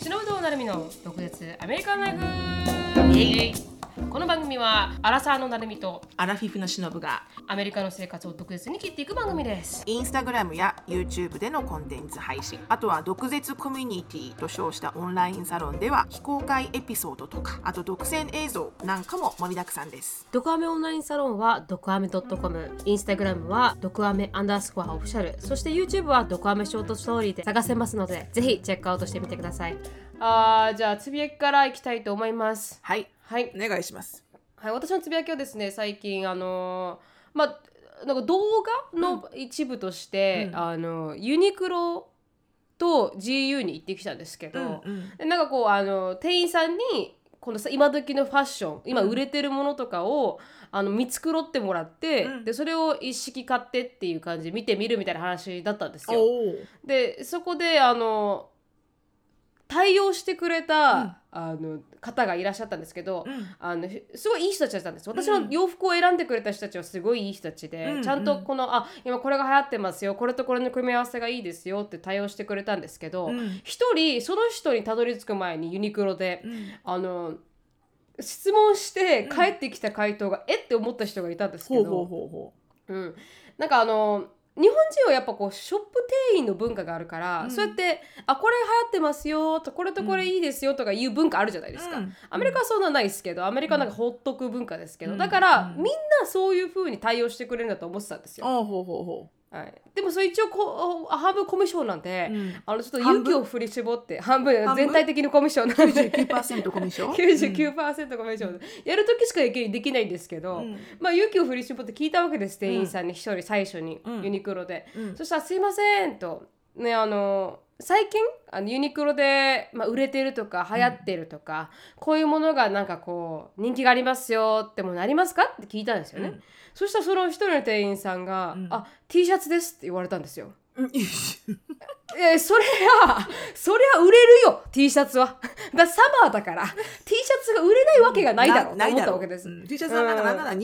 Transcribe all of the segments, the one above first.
忍となるみの独舌アメリカンライフ。イエイ。この番組はアラサーのなるみとアラフィフの忍がアメリカの生活を独舌に切っていく番組です。 インスタグラムや YouTube でのコンテンツ配信、あとは独舌コミュニティと称したオンラインサロンでは非公開エピソードとか、あと独占映像なんかも盛りだくさんです。 ドクアメオンラインサロンはドクアメ .com、 インスタグラムはドクアメ_オフィシャル、そして YouTube はドクアメショートストーリーで探せますので、ぜひチェックアウトしてみてください。じゃあつぶやきからいきたいと思います。 はい、 はい、 お願いします。 はい、私のつぶやきはですね、最近なんか動画の一部として、ユニクロと GU に行ってきたんですけど、でなんかこう店員さんにこの今時のファッション、今売れてるものとかを見繕ってもらって、でそれを一式買ってっていう感じで見てみるみたいな話だったんですよ。でそこで対応してくれた、方がいらっしゃったんですけど、すごいいい人たちだったんです。私の洋服を選んでくれた人たちはすごいいい人たちで、ちゃんとこの今これが流行ってますよ、これとこれの組み合わせがいいですよって対応してくれたんですけど、一人その人にたどり着く前にユニクロで、質問して帰ってきた回答が、って思った人がいたんですけど、なんか日本人はやっぱこうショップ店員の文化があるから、そうやってこれ流行ってますよと、これとこれいいですよとかいう文化あるじゃないですか。アメリカはそんなないですけど、アメリカはなんかほっとく文化ですけど、だからみんなそういう風に対応してくれるんだと思ってたんですよ。はい、でもそれ一応半分コミッションなんで、ちょっと勇気を振り絞って半分全体的にコミッションなんで 99% コミッション 99% コミッション、やるときしかできないんですけど、勇気を振り絞って聞いたわけです、店員さんに一人最初に、ユニクロで、そしたらすいませんとね、最近ユニクロで、売れてるとか流行ってるとか、こういうものがなんかこう人気がありますよってものありますかって聞いたんですよね。そしたらその一人の店員さんが、T シャツですって言われたんですよ。そりゃ売れるよ T シャツはだサマーだから T シャツが売れないわけがないだろうと思ったわけです。 T シャツはなんなら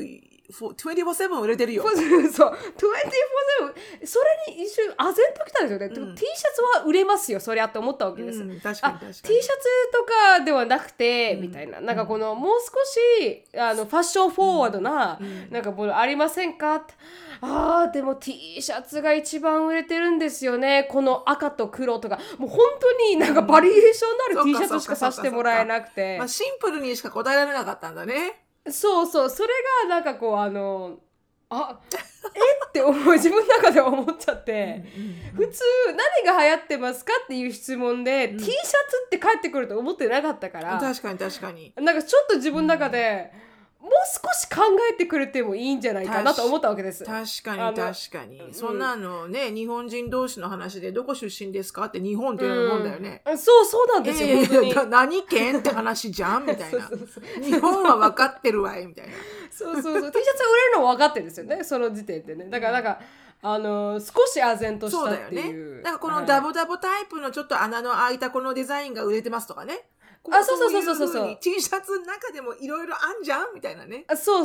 24/7売れてるよ。 そう 24/7、 それに一瞬唖然ときたんですよね、T シャツは売れますよそりゃって思ったわけです。 確かに T シャツとかではなくて、みたいな、なんかこのもう少しファッションフォーワードな、なんかものありませんかって。でも T シャツが一番売れてるんですよね、この赤と黒とか、もう本当になんかバリエーションのある T シャツしかさせてもらえなくて、 シンプルにしか答えられなかったんだね。 そうそれがなんかこうって自分の中では思っちゃって、普通何が流行ってますかっていう質問で、T シャツって返ってくると思ってなかったから、 確かになんかちょっと自分の中で、もう少し考えてくれてもいいんじゃないかなと思ったわけです。 確かにそんなのね、日本人同士の話でどこ出身ですかって日本っていうもんだよね。 そうなんですよ、本当に何県って話じゃんみたいな日本は分かってるわいみたいなそう T シャツ売れるのは分かってるんですよね、その時点でね。だからなんか少し唖然としたっていう。 そうだよね。だからこのダボダボタイプのちょっと穴の開いたこのデザインが売れてますとかね。そう T シャツの中でもいろいろあんじゃんみたいなね。 そう、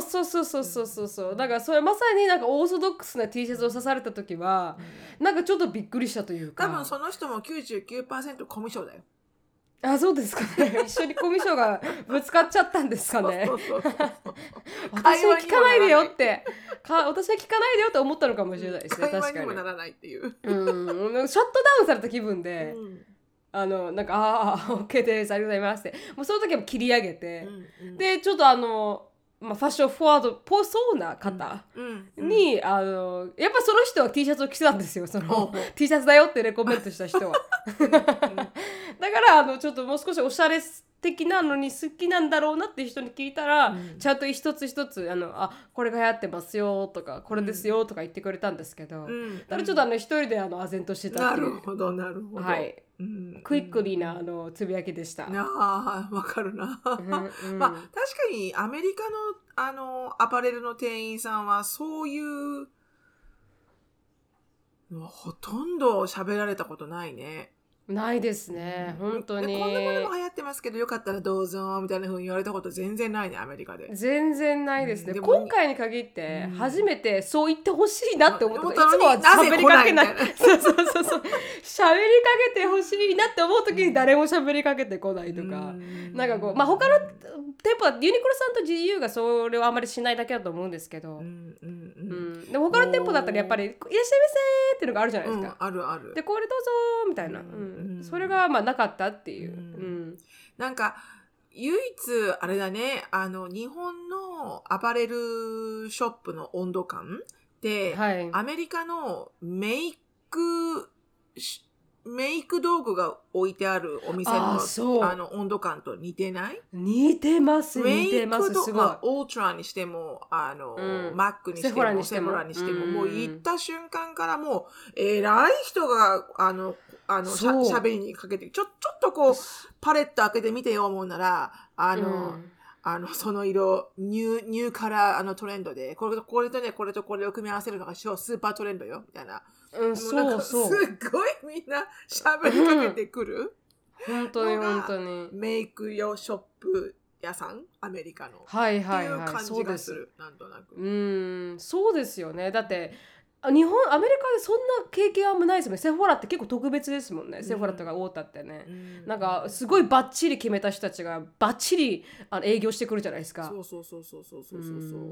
だからそれまさになんかオーソドックスな T シャツを刺された時は、なんかちょっとびっくりしたというか。 多分その人も 99% コミュ障だよ。 そうですかね。一緒にコミュ障がぶつかっちゃったんですかね。私は聞かないでよって私は聞かないでよって思ったのかもしれないですね。 会話にもならないっていう。 シャットダウンされた気分で、なんかOK ですありがとうございますって、もうその時は切り上げて、でちょっとファッションフォワードっぽそうな方に、やっぱその人は T シャツを着てたんですよ、そのT シャツだよってレコメントした人は。だからちょっともう少しおしゃれ的なのに好きなんだろうなっていう人に聞いたら、ちゃんと一つ一つこれが流行ってますよとか、これですよとか言ってくれたんですけど、ただちょっと一人で唖然としてたっていう。 なるほど、 はい、クイックリーなつぶやきでした。 わかるな。確かにアメリカのアパレルの店員さんはそういうほとんど喋られたことないね。 ないですね、本当に。 こんなものも流行ってますけどよかったらどうぞみたいな風に言われたこと全然ないね、アメリカで。 全然ないですね、 でも今回に限って初めてそう言ってほしいなって思った、いつもはなぜ喋りかけない来ないみそうそうそうそう、喋りかけてほしいなって思う時に誰も喋りかけてこないとか、なんかこう、まあ他の店舗はユニクロさんと GU がそれをあんまりしないだけだと思うんですけど、でも他の店舗だったらやっぱりいらっしゃいませっていうのがあるじゃないですか、 あるある。 でこれどうぞみたいな、それがまあなかったっていう、 なんか唯一あれだね、日本のアパレルショップの温度感で、 はい、 アメリカのメイク道具が置いてあるお店の温度感と似てない？ 似てます似てます。すごい。 オートラにしてもマックにしてもセフォラにしても、もう行った瞬間からもう偉い人がしゃべりにかけてちょっとこうパレット開けてみてよ思うならその色ニューカラートレンドでこれとねこれとこれを組み合わせるのがスーパートレンドよみたいな。 そうそう。 すっごいみんな喋りかけてくる。 本当に本当に。 メイク用ショップ屋さん、アメリカの。 はいはいはい。 っていう感じがする。なんとなく。そうですよね。だってアメリカでそんな経験あんまないですもんね。セフォラって結構特別ですもんね。セフォラとかオータってね。なんかすごいバッチリ決めた人たちがバッチリ営業してくるじゃないですか。 そう。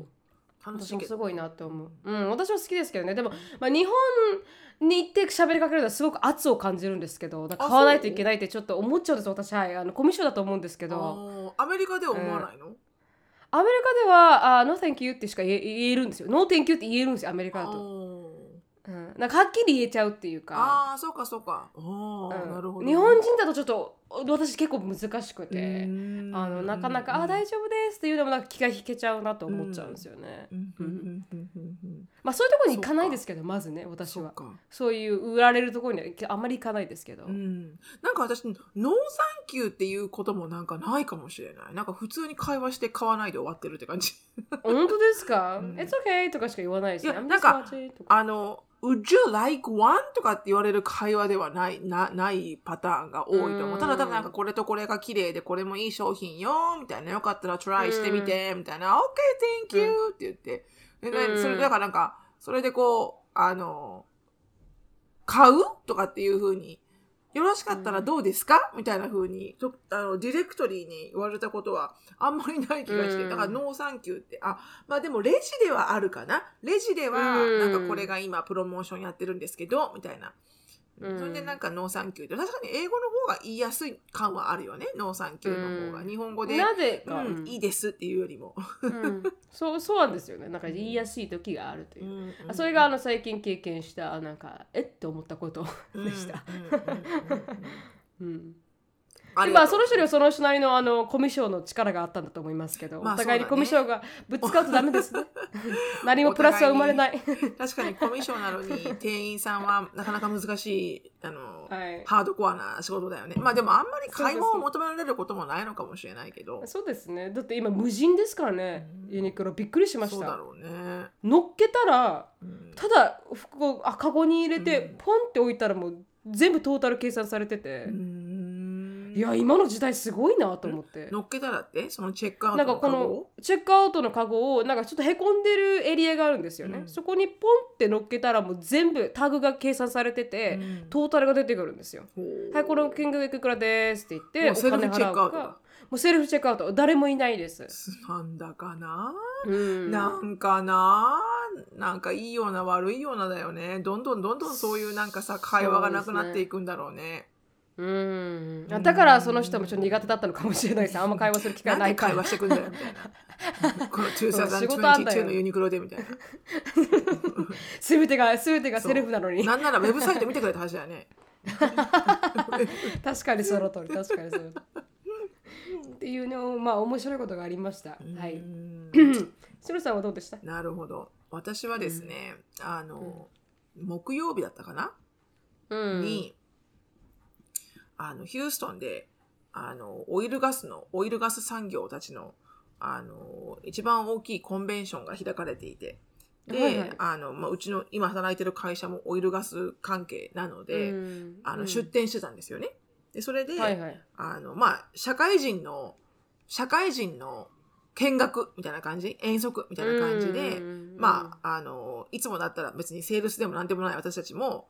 私もすごいなって思う。私は好きですけどね。でも、日本に行って喋りかけるのはすごく圧を感じるんですけど、なんか買わないといけないってちょっと思っちゃうんです。私コミュ障だと思うんですけど。 アメリカでは思わないの？ アメリカではNo thank you ってしか言えるんですよ。No thank you って言えるんですよ、アメリカだと。なんかはっきり言えちゃうっていうか。 そうか。なるほど。 日本人だとちょっと私結構難しくて、なかなか大丈夫ですっていうのもなんか気が引けちゃうなと思っちゃうんですよね。まあそういうところに行かないですけど、まずね、私はそういう売られるところにはあんまり行かないですけど、 なんか私ノーサンキューっていうこともなんかないかもしれない。なんか普通に会話して買わないで終わってるって感じ。 本当ですか？It's okay とかしか言わないですね。 なんかWould you like one? とかって言われる会話ではないパターンが多いと思う。ただなんかこれとこれが綺麗でこれもいい商品よみたいな、よかったらトライしてみてみたいな、OK thank you って言って、それだからなんかそれでこう買うとかっていう風に、よろしかったらどうですかみたいな風にディレクトリーに言われたことはあんまりない気がして、だからノーサンキューってまあでもレジではあるかな。レジではなんかこれが今プロモーションやってるんですけどみたいな。それでなんかノーサンキューって確かに英語の方が言いやすい感はあるよね。ノーサンキューの方が日本語でなぜか、 いいですっていうよりも、 そうなんですよね。なんか言いやすい時があるという、それが最近経験したなんかって思ったことでした。まあその人にはその人なりのコミュ障の力があったんだと思いますけど、お互いにコミュ障がぶつかるとダメですね。何もプラスは生まれない。 確かにコミュ障なのに店員さんはなかなか難しいハードコアな仕事だよね。まあでもあんまり買い物を求められることもないのかもしれないけど。 そうですね。だって今無人ですからね。ユニクロびっくりしました。 そうだろうね。 乗っけたらただ服をカゴに入れてポンって置いたらもう全部トータル計算されてて。いや今の時代すごいなと思って。 乗っけたらってそのチェックアウトのカゴを、 なんかこのチェックアウトのカゴをなんかちょっとへこんでるエリアがあるんですよね、そこにポンって乗っけたらもう全部タグが計算されてて、トータルが出てくるんですよ。はい、この金額いくらですって言ってお金払うか、もうセルフチェックアウト誰もいないです。 なんだかな、なんかいいような悪いようなだよね。どんどんそういうなんかさ会話がなくなっていくんだろうね。 だからその人もちょっと苦手だったのかもしれないです。あんま会話する機会ないから。 なんで会話してくんだよみたいな。この2022のユニクロでみたいな。 全てがセルフなのに。 なんならウェブサイト見てくれた話だよね。 確かにその通り。っていうのまあ面白いことがありました。はい。シロさんはどうでした？ なるほど。私はですね、木曜日だったかな、にヒューストンでオイルガス産業たちの一番大きいコンベンションが開かれていて、 で、 はいはい、 うちの今働いてる会社もオイルガス関係なので、出店してたんですよね。で、それで、 はいはい、 社会人の見学みたいな感じ、遠足みたいな感じで、いつもだったら別にセールスでもなんでもない私たちも、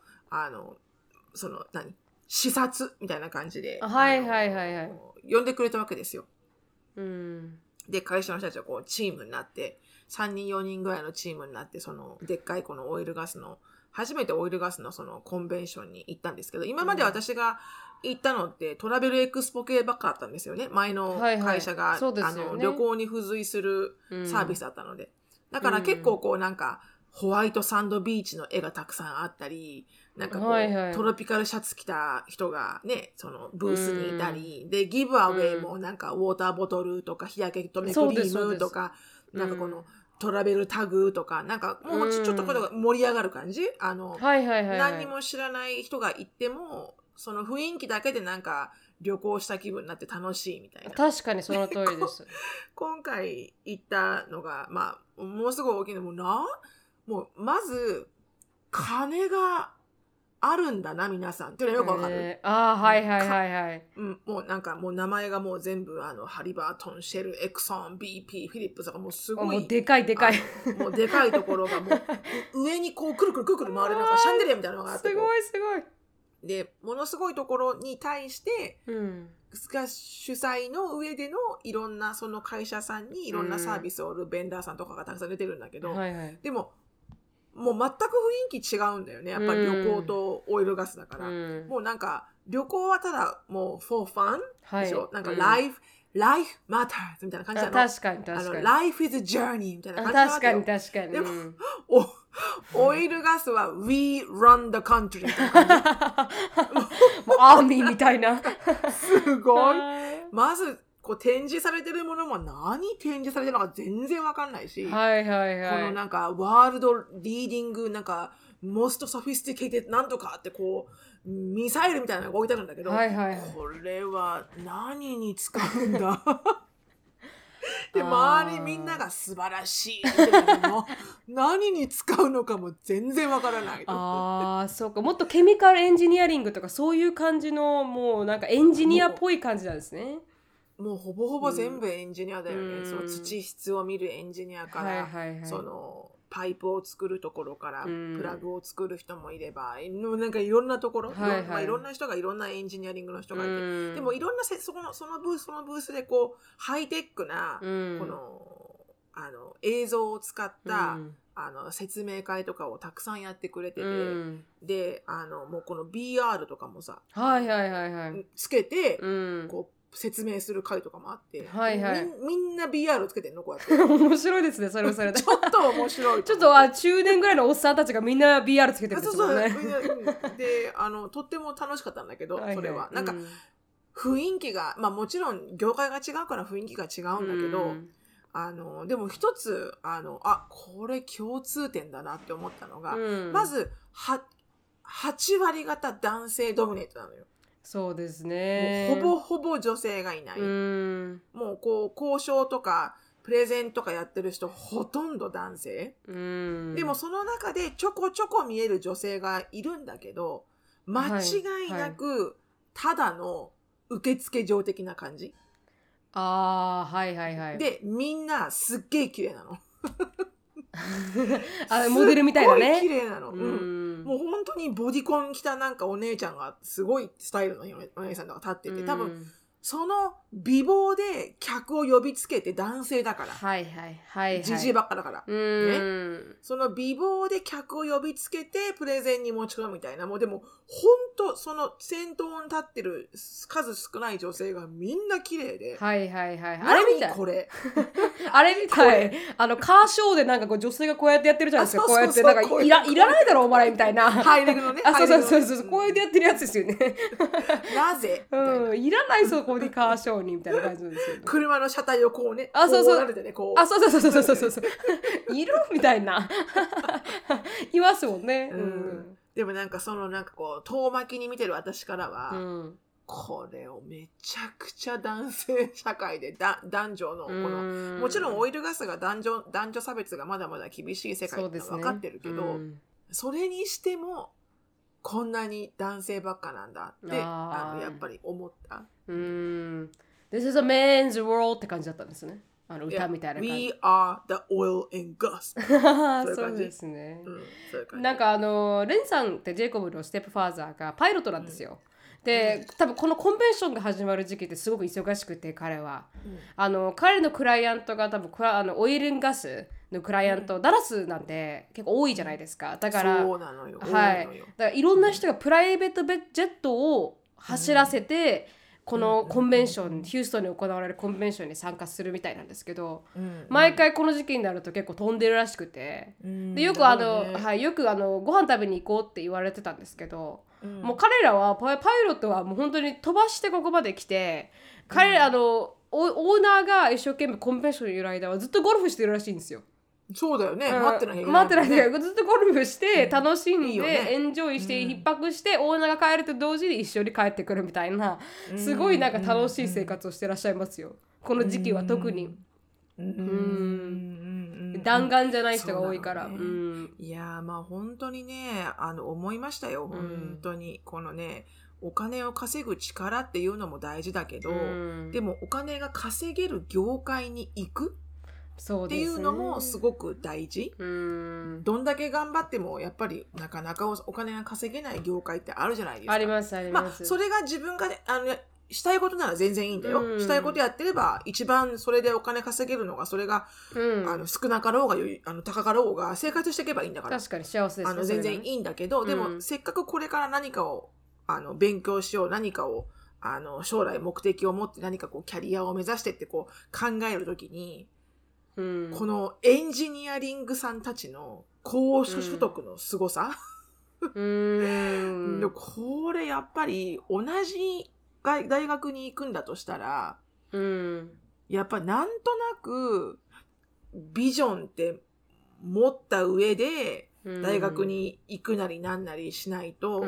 視察みたいな感じで、 はいはいはいはい、 呼んでくれたわけですよ。 うんで、会社の人たちはこうチームになって、3人4人ぐらいのチームになって、でっかいこの初めてオイルガスのそのコンベンションに行ったんですけど、今まで私が行ったのってトラベルエクスポ系ばっかだったんですよね。前の会社が、旅行に付随するサービスだったので。だから結構こうなんか、ホワイトサンドビーチの絵がたくさんあったり、なんかこう、トロピカルシャツ着た人がね、そのブースにいたり、で、ギブアウェイもなんかウォーターボトルとか日焼け止めクリームとか、なんかこのトラベルタグとか、なんかもうちょっとこれが盛り上がる感じ。何にも知らない人が行っても、その雰囲気だけでなんか旅行した気分になって楽しいみたいな。 確かにその通りです。 今回行ったのが、ものすごい大きいのもうまず金があるんだな皆さんっていうのはよくわかる。 はいはいはいはい。 もうなんかもう名前がもう全部ハリバートン、シェル、エクソン、BP、フィリップスがもうすごい。 もうでかいでかい。 もうでかいところがもう上にこうくるくるくるくる回るのがシャンデリアみたいなのがあって。 すごいすごい。 で、ものすごいところに対して、主催の上でのいろんなその会社さんにいろんなサービスを売るベンダーさんとかがたくさん出てるんだけど、でも、もう全く雰囲気違うんだよね。やっぱり旅行とオイルガスだから。もうなんか、旅行はただもう for fun でしょ。なんか life matters みたいな感じなの。 確かに確かに。 life is a journey みたいな感じなわけよ。 確かに。 でも、オイルガスは we run the country みたいな感じ。 もうアーミーみたいな。 すごい。まず、こう展示されてるものも何展示されてるのか全然わかんないし、このなんかワールドリーディングなんかモストソフィスティケイテッドなんとかってこうミサイルみたいなのが置いてあるんだけど、これは何に使うんだで周りみんなが素晴らしいっての何に使うのかも全然わからない。 そうか、もっとケミカルエンジニアリングとかそういう感じのもうなんかエンジニアっぽい感じなんですね。 もうほぼほぼ全部エンジニアだよね。その土質を見るエンジニアから、そのパイプを作るところから、プラグを作る人もいれば、なんかいろんなところ、いろんな人がいろんなエンジニアリングの人がいて、でもいろんなそのブースでこうハイテックな、この映像を使った、説明会とかをたくさんやってくれてて、でもうこの BR とかもさ、つけて、こう説明する回とかもあって、みんな BR をつけてんのこうやって面白いですねそれでちょっと面白いちょっと中年ぐらいのおっさんたちがみんな BR つけてるんですもんね。 でとっても楽しかったんだけど、それはなんか雰囲気がもちろん業界が違うから雰囲気が違うんだけど、でも一つこれ共通点だなって思ったのが、まず8割方男性ドミネートなのよ。 そうですね。 もうほぼほぼ女性がいない。もうこう交渉とかプレゼンとかやってる人ほとんど男性。でもその中でちょこちょこ見える女性がいるんだけど、間違いなくただの受付嬢的な感じ。でみんなすっげえ綺麗なの。 モデルみたいなね。 すっごい綺麗なの。もう本当にボディコン着たなんかお姉ちゃんがすごいスタイルのお姉さんが立ってて、多分その美貌で客を呼びつけて男性だから。ジジイばっかだから。ね。その美貌で客を呼びつけてプレゼンに持ち込むみたいな。もうでも本当その先頭に立ってる数少ない女性がみんな綺麗で。あれみたい。これ。 あれみたい。カーショーでなんかこう女性がこうやってやってるじゃないですか。こうやってなんかいらないだろお前みたいな。 ハイレグのね。 そうこうやってやってるやつですよね。 なぜ？ いらないそうここでカーショーにみたいな感じなんですよね。 車の車体をこうね。 そういるみたいな。いますもんね。 でもなんかそのなんかこう遠巻きに見てる私からは、 これをめちゃくちゃ男性社会で男女のこのもちろんオイルガスが男女差別がまだまだ厳しい世界って分かってるけど それにしてもこんなに男性ばっかなんだってやっぱり思った。 This is a man's world って感じだったんですね。歌みたいな感じ。 We are the oil and gas そうですね。なんかレンさんってジェイコブのステップファーザーがパイロットなんですよ。で多分このコンベンションが始まる時期ってすごく忙しくて彼は、彼のクライアントが多分オイルガスのクライアント、ダラスなんで結構多いじゃないですか。だからそうなのよ。 はい、だからいろんな人がプライベートジェットを走らせて、このコンベンション、ヒューストンに行われるコンベンションに参加するみたいなんですけど、毎回この時期になると結構飛んでるらしくて、でよくよくご飯食べに行こうって言われてたんですけど、もう彼らはパイロットはもう本当に飛ばしてここまで来て、オーナーが一生懸命コンベンションにいる間はずっとゴルフしてるらしいんですよ。 そうだよね、待ってなきゃいけない、 待ってなきゃいけない、ずっとゴルフして楽しんで、エンジョイして逼迫して、オーナーが帰ると同時に一緒に帰ってくるみたいな、すごいなんか楽しい生活をしてらっしゃいますよ、この時期は特に。弾丸じゃない人が多いから、 いやまあ本当にね思いましたよ、本当にこのねお金を稼ぐ力っていうのも大事だけど、でもお金が稼げる業界に行くっていうのもすごく大事。どんだけ頑張ってもやっぱりなかなかお金が稼げない業界ってあるじゃないですか。 ありますあります。 それが自分がしたいことなら全然いいんだよ。したいことやってれば一番それでお金稼げるのがそれが、少なかろうが高かろうが生活していけばいいんだから。 確かに幸せですね。 全然いいんだけど、でもせっかくこれから何かを勉強しよう、何かを将来目的を持って何かこうキャリアを目指してってこう考えるときに、このエンジニアリングさんたちの高所得の凄さこれやっぱり同じ大学に行くんだとしたら、やっぱなんとなくビジョンって持った上で大学に行くなりなんなりしないと、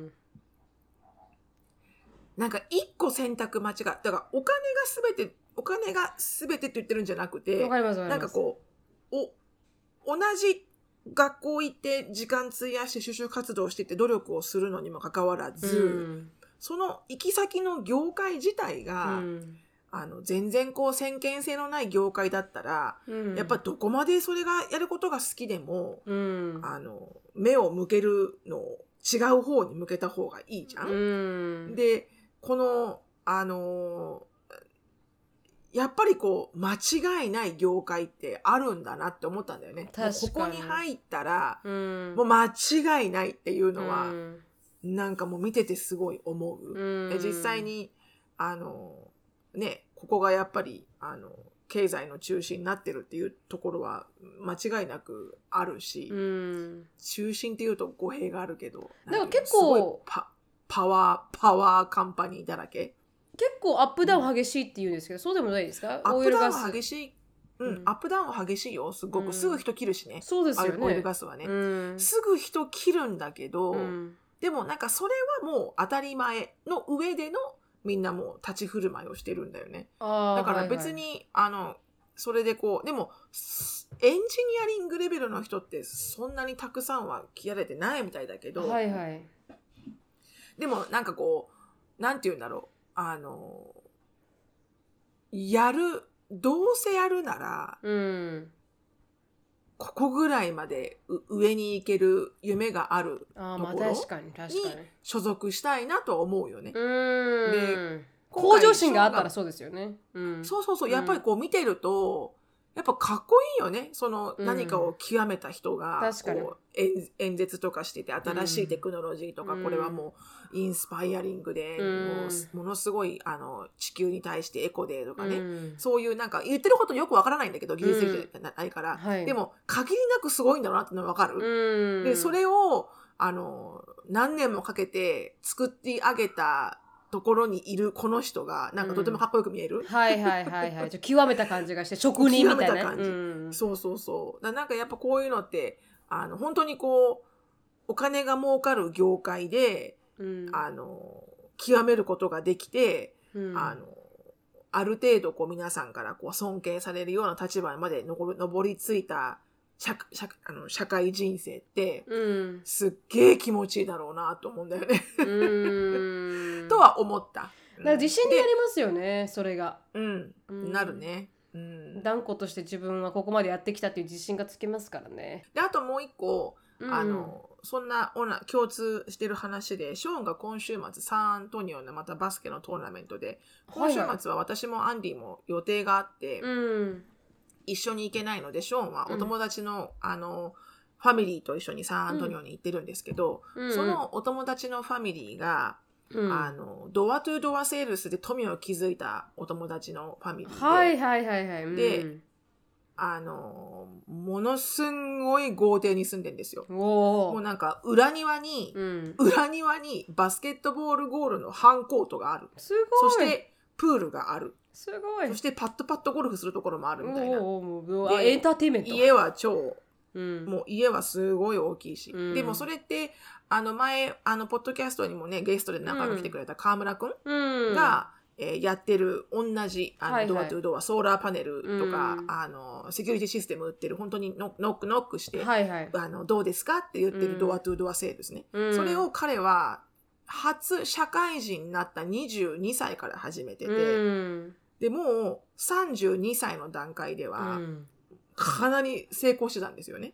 なんか一個選択間違だからお金が全てって言ってるんじゃなくて、なんかこう同じ学校行って時間費やして就職活動してって努力をするのにもかかわらず、その行き先の業界自体が、全然こう先見性のない業界だったら、やっぱどこまでそれがやることが好きでも、目を向けるのを違う方に向けた方がいいじゃん。でこのやっぱりこう間違いない業界ってあるんだなって思ったんだよね。もうここに入ったら、もう間違いないっていうのは、なんかもう見ててすごい思う。実際にここがやっぱり経済の中心になってるっていうところは間違いなくあるし、中心っていうと語弊があるけど、 なんか結構パワーカンパニーだらけ。 結構アップダウン激しいって言うんですけど、そうでもないですか？ アップダウン激しい。アップダウンは激しいよ。すごく、すぐ人切るしね。 そうですよね。 オイルガスはね。すぐ人切るんだけど、でもなんかそれはもう当たり前の上でのみんなもう立ち振る舞いをしてるんだよね。だから別に、それでこう、でもエンジニアリングレベルの人ってそんなにたくさんは切られてないみたいだけど、でもなんかこう、なんて言うんだろう。どうせやるなら、ここぐらいまで上に行ける夢があるところに所属したいなと思うよね。 で、向上心があったらそうですよね。 そう、やっぱりこう見てると、やっぱかっこいいよね。その何かを極めた人がこう演説とかしてて、新しいテクノロジーとか、これはもうインスパイアリングで、ものすごい地球に対してエコでとかね、そういうなんか言ってることよくわからないんだけど、技術的じゃないから、でも限りなくすごいんだなってのがわかる。でそれを何年もかけて作ってあげたところにいるこの人がなんかとてもかっこよく見える。 極めた感じがして職人みたいな、 極めた感じ。そうなんかやっぱこういうのって本当にこうお金が儲かる業界で、 極めることができて、 うん、 ある程度こう皆さんからこう尊敬されるような立場まで上りついた社会人生って、 うん、 すっげえ気持ちいいだろうなと思うんだよねとは思った。 だから自信になりますよね、それが。 なるね。 断固として自分はここまでやってきたっていう自信がつきますからね。 で、あともう一個、そんな共通してる話で、ショーンが今週末サンアントニオのまたバスケのトーナメントで、今週末は私もアンディも予定があって、一緒に行けないので、ショーンはお友達の、ファミリーと一緒にサンアントニオに行ってるんですけど、そのお友達のファミリーが、ドアトゥドアセールスで富を築いたお友達のファミリーで、で、ものすごい豪邸に住んでんですよ。もうなんか裏庭にバスケットボールゴールの半コートがある。 すごい。 そしてプールがある。 すごい。 そしてパットゴルフするところもあるみたいな。 エンターテインメント。 家はもう家はすごい大きいし。でもそれって、前、ポッドキャストにもね、ゲストで仲良く来てくれた河村くんが、やってる同じ、ドアトゥドア、ソーラーパネルとか、セキュリティシステム売ってる、本当にノックして、どうですかって言ってるドアトゥドアセールですね。それを彼は、初社会人になった22歳から始めてて、で、もう32歳の段階では、かなり成功してたんですよね。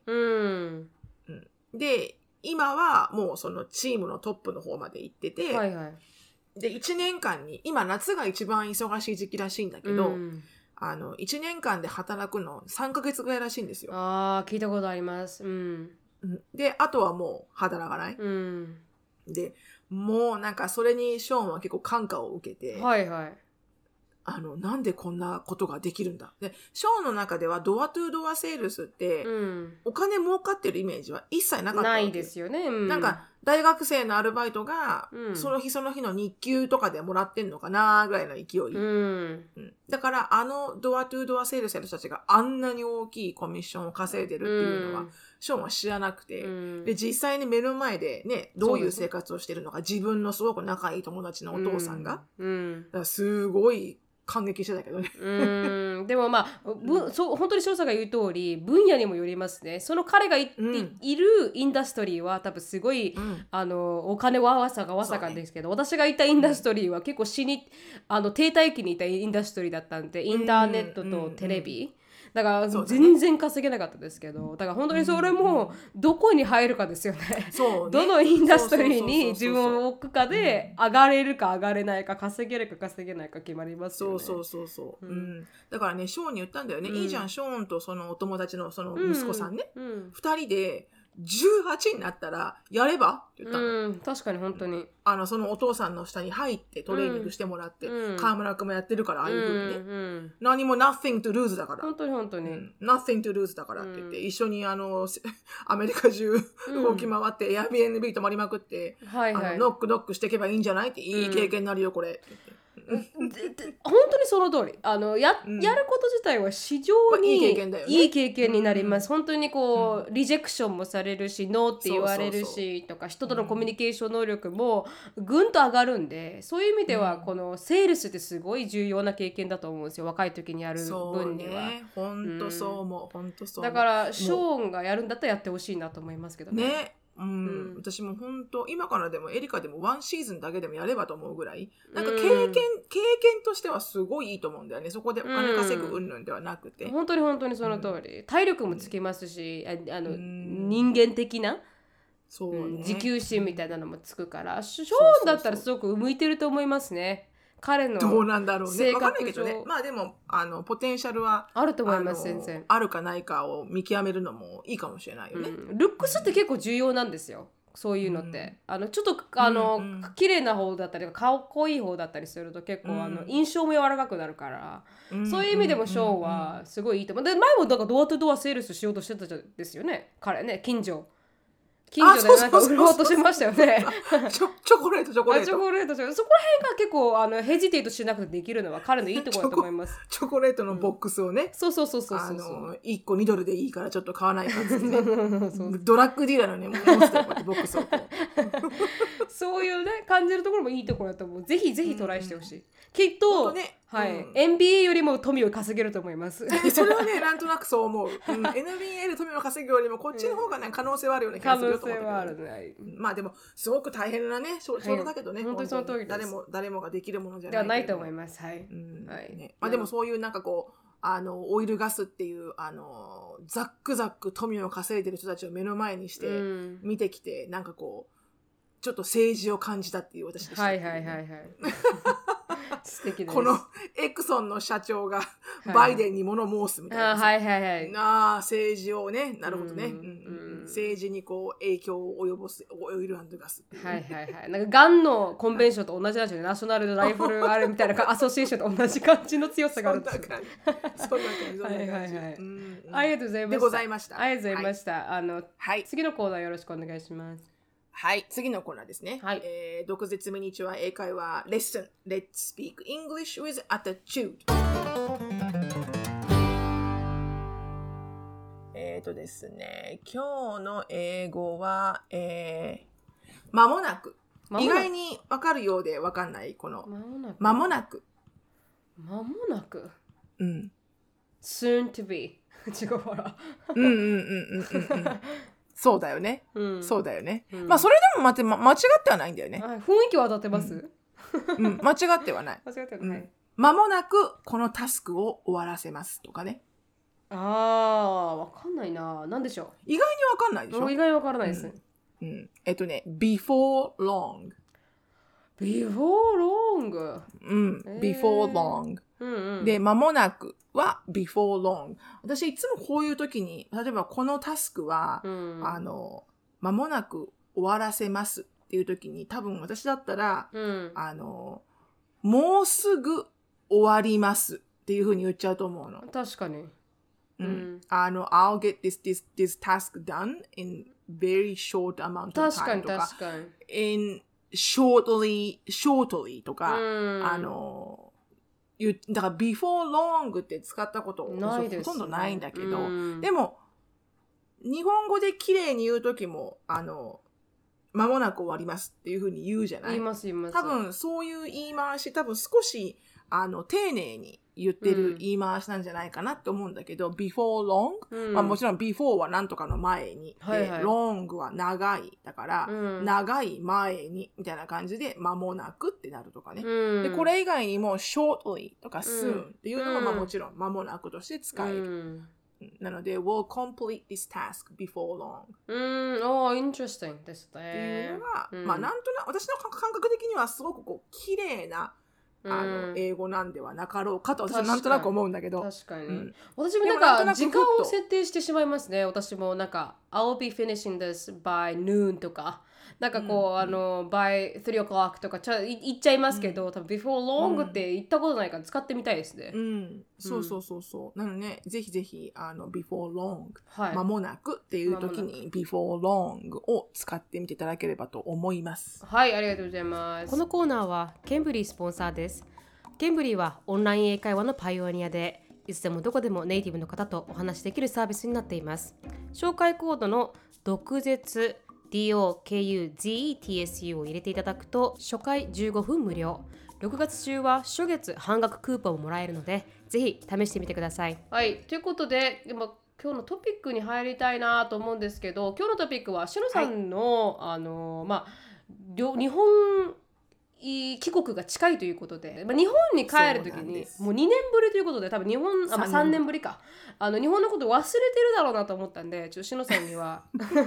で、今はもうそのチームのトップの方まで行ってて、で、1年間に、今夏が一番忙しい時期らしいんだけど、1年間で働くの3ヶ月ぐらいらしいんですよ。 聞いたことあります。 で、あとはもう働かない。で、もうなんかそれにショーンは結構感化を受けて、なんでこんなことができるんだ。で、ショーの中ではドアトゥドアセールスって、お金儲かってるイメージは一切なかったわけ。 ないですよね。 なんか、大学生のアルバイトが、その日その日の日給とかでもらってんのかなぐらいの勢い。だから、ドアトゥドアセールスの人たちがあんなに大きいコミッションを稼いでるっていうのは、ショーンは知らなくて、で、実際に目の前でね、どういう生活をしてるのか、自分のすごく仲いい友達のお父さんが、だからすごい、感激してたけどねでもまあ、本当に翔さんが言う通り分野にもよりますね。その彼がいるインダストリーは多分すごい、お金はわさかですけど、私がいたインダストリーは結構停滞期にいたインダストリーだったんで、インターネットとテレビ、だから全然稼げなかったですけど、だから本当にそれもどこに入るかですよね。どのインダストリーに自分を置くかで上がれるか上がれないか、稼げるか稼げないか決まりますよね。 だからね、ショーンに言ったんだよね。いいじゃん、ショーンとそのお友達のその息子さんね、2人で18になったらやればって言ったの。 確かに本当に。 そのお父さんの下に入ってトレーニングしてもらって、河村君もやってるから、ああいう風にね。何も nothing to lose だから。 本当に。 nothing to lose だからって言って、一緒にアメリカ中動き回って、Airbnb 泊まりまくって、ノックしていけばいいんじゃないって、いい経験になるよ、これ。 本当にその通り。やること自体は非常にいい経験になります。本当にこう、リジェクションもされるし、ノーって言われるしとか、人とのコミュニケーション能力もぐんと上がるんで、そういう意味ではこのセールスってすごい重要な経験だと思うんですよ、若い時にやる分には。 本当そう思う。 だからショーンがやるんだったらやってほしいなと思いますけどね。 私も本当今からでもエリカでもワンシーズンだけでもやればと思うぐらい、なんか経験としてはすごいいいと思うんだよね。そこでお金稼ぐ云々ではなくて、 本当にその通り、体力もつきますし、人間的な持久心みたいなのもつくから、ショーンだったらすごく向いてると思いますね。彼のどうなんだろうね、分かんないけどね。まあでもポテンシャルはあると思います。全然あるかないかを見極めるのもいいかもしれないよね。 ルックスって結構重要なんですよ、そういうのって。ちょっと綺麗な方だったりかっこいい方だったりすると結構印象も柔らかくなるから、そういう意味でもショーンはすごいいいと思う。で、前もだからドアトゥドアセールスしようとしてたんですよね、彼ね。近所でなんか売ろうとしましたよね。 チョコレートそこら辺が結構ヘジテートしなくてできるのは彼のいいところだと思います。 チョコレートのボックスをね、1個$2でいいからちょっと買わないかってねドラッグディーラーのねモンスターボックスをそういうね感じるところもいいところだと思う。ぜひぜひトライしてほしい。きっと、 ね、 はい、NBA よりも富を稼げると思います。 それはね、なんとなくそう思う。NBA で富を稼ぐよりもこっちの方がね、可能性はあるような気がすると思う。可能性はあるね。まあでもすごく大変なね、仕事だけどね、 本当にその通りです。 誰もができるものじゃない。 ではないと思います。はい。 まあでもそういうなんかこうオイルガスっていうザックザック富を稼いでる人たちを目の前にして見てきて、なんかこうちょっと政治を感じたっていう私でした。 はいはいはいはい。素敵です。 このエクソンの社長がバイデンに物申すみたいな。 はいはいはい。 政治をね、なるほどね。政治にこう影響を及ぼすオイル&ガス。 はいはいはい。なんかガンのコンベンションと同じなんですよね。ナショナルライフルあれみたいなアソシエーションと同じ感じの強さがあるんですよ。 そんな感じ。 はいはいはい。ありがとうございました。 でございました。 ありがとうございました。次のコーナーよろしくお願いします。 はい、次のコーナーですね。毒舌ミニチュア英会話レッスン Let's speak English with attitude。ですね、今日の英語は、間もなく。意外に分かるようで分かんないこの間もなく。 間もなく。 soon to be。違うほら。 そうだよね。そうだよね。まあそれでも間違ってはないんだよね。 雰囲気は当たってます？ 間違ってはない。 間違ってはない。 間もなくこのタスクを終わらせますとかね。 わかんないな。なんでしょう。 意外にわかんないでしょ。 意外にわからないです。 before long。 before long。 before long。で、間もなくは before long。私いつもこういう時に、例えばこのタスクは、間もなく終わらせますっていう時に、多分私だったら、もうすぐ終わりますっていう風に言っちゃうと思うの。 確かに。 I'll get this task done in very short amount of time とか、 確かに。 in shortly とか、だから before long って使ったことほとんどないんだけど、でも日本語で綺麗に言うときも間もなく終わりますっていうふうに言うじゃない？ 言います。 多分そういう言い回し、多分少し丁寧に言ってる言い回しなんじゃないかなって思うんだけど、before long、まあもちろん before はなんとかの前に、long は長いだから、長い前にみたいな感じで間もなくってなるとかね。でこれ以外にも shortly とか soon っていうのもまあもちろん間もなくとして使える。なので we'll complete this task before long。 interesting ですね。 っていうのが、まあなんとなく私の感覚的にはすごくこう綺麗な英語なんではなかろうかと私はなんとなく思うんだけど。 確かに。私もなんか時間を設定してしまいますね。私もなんか I'll be finishing this by noon とか。なんかこう、by 3 o'clock とか言っちゃいますけど、多分 before long って言ったことないから使ってみたいですね。 そうなので、ぜひぜひbefore long、間もなくっていう時に before long を使ってみていただければと思います。 はい、ありがとうございます。このコーナーはケンブリースポンサーです。ケンブリーはオンライン英会話のパイオニアで、いつでもどこでもネイティブの方とお話しできるサービスになっています。紹介コードの毒舌DOKUZETSU を入れていただくと初回15分無料。6月中は初月半額クーポンをもらえるのでぜひ試してみてください。はい、ということで今日のトピックに入りたいなと思うんですけど、今日のトピックはしのさんの、日本帰国が近いということで、日本に帰るときにもう2年ぶりということで、多分日本3年ぶりか、日本のこと忘れてるだろうなと思ったんで、ちょっとしのさんには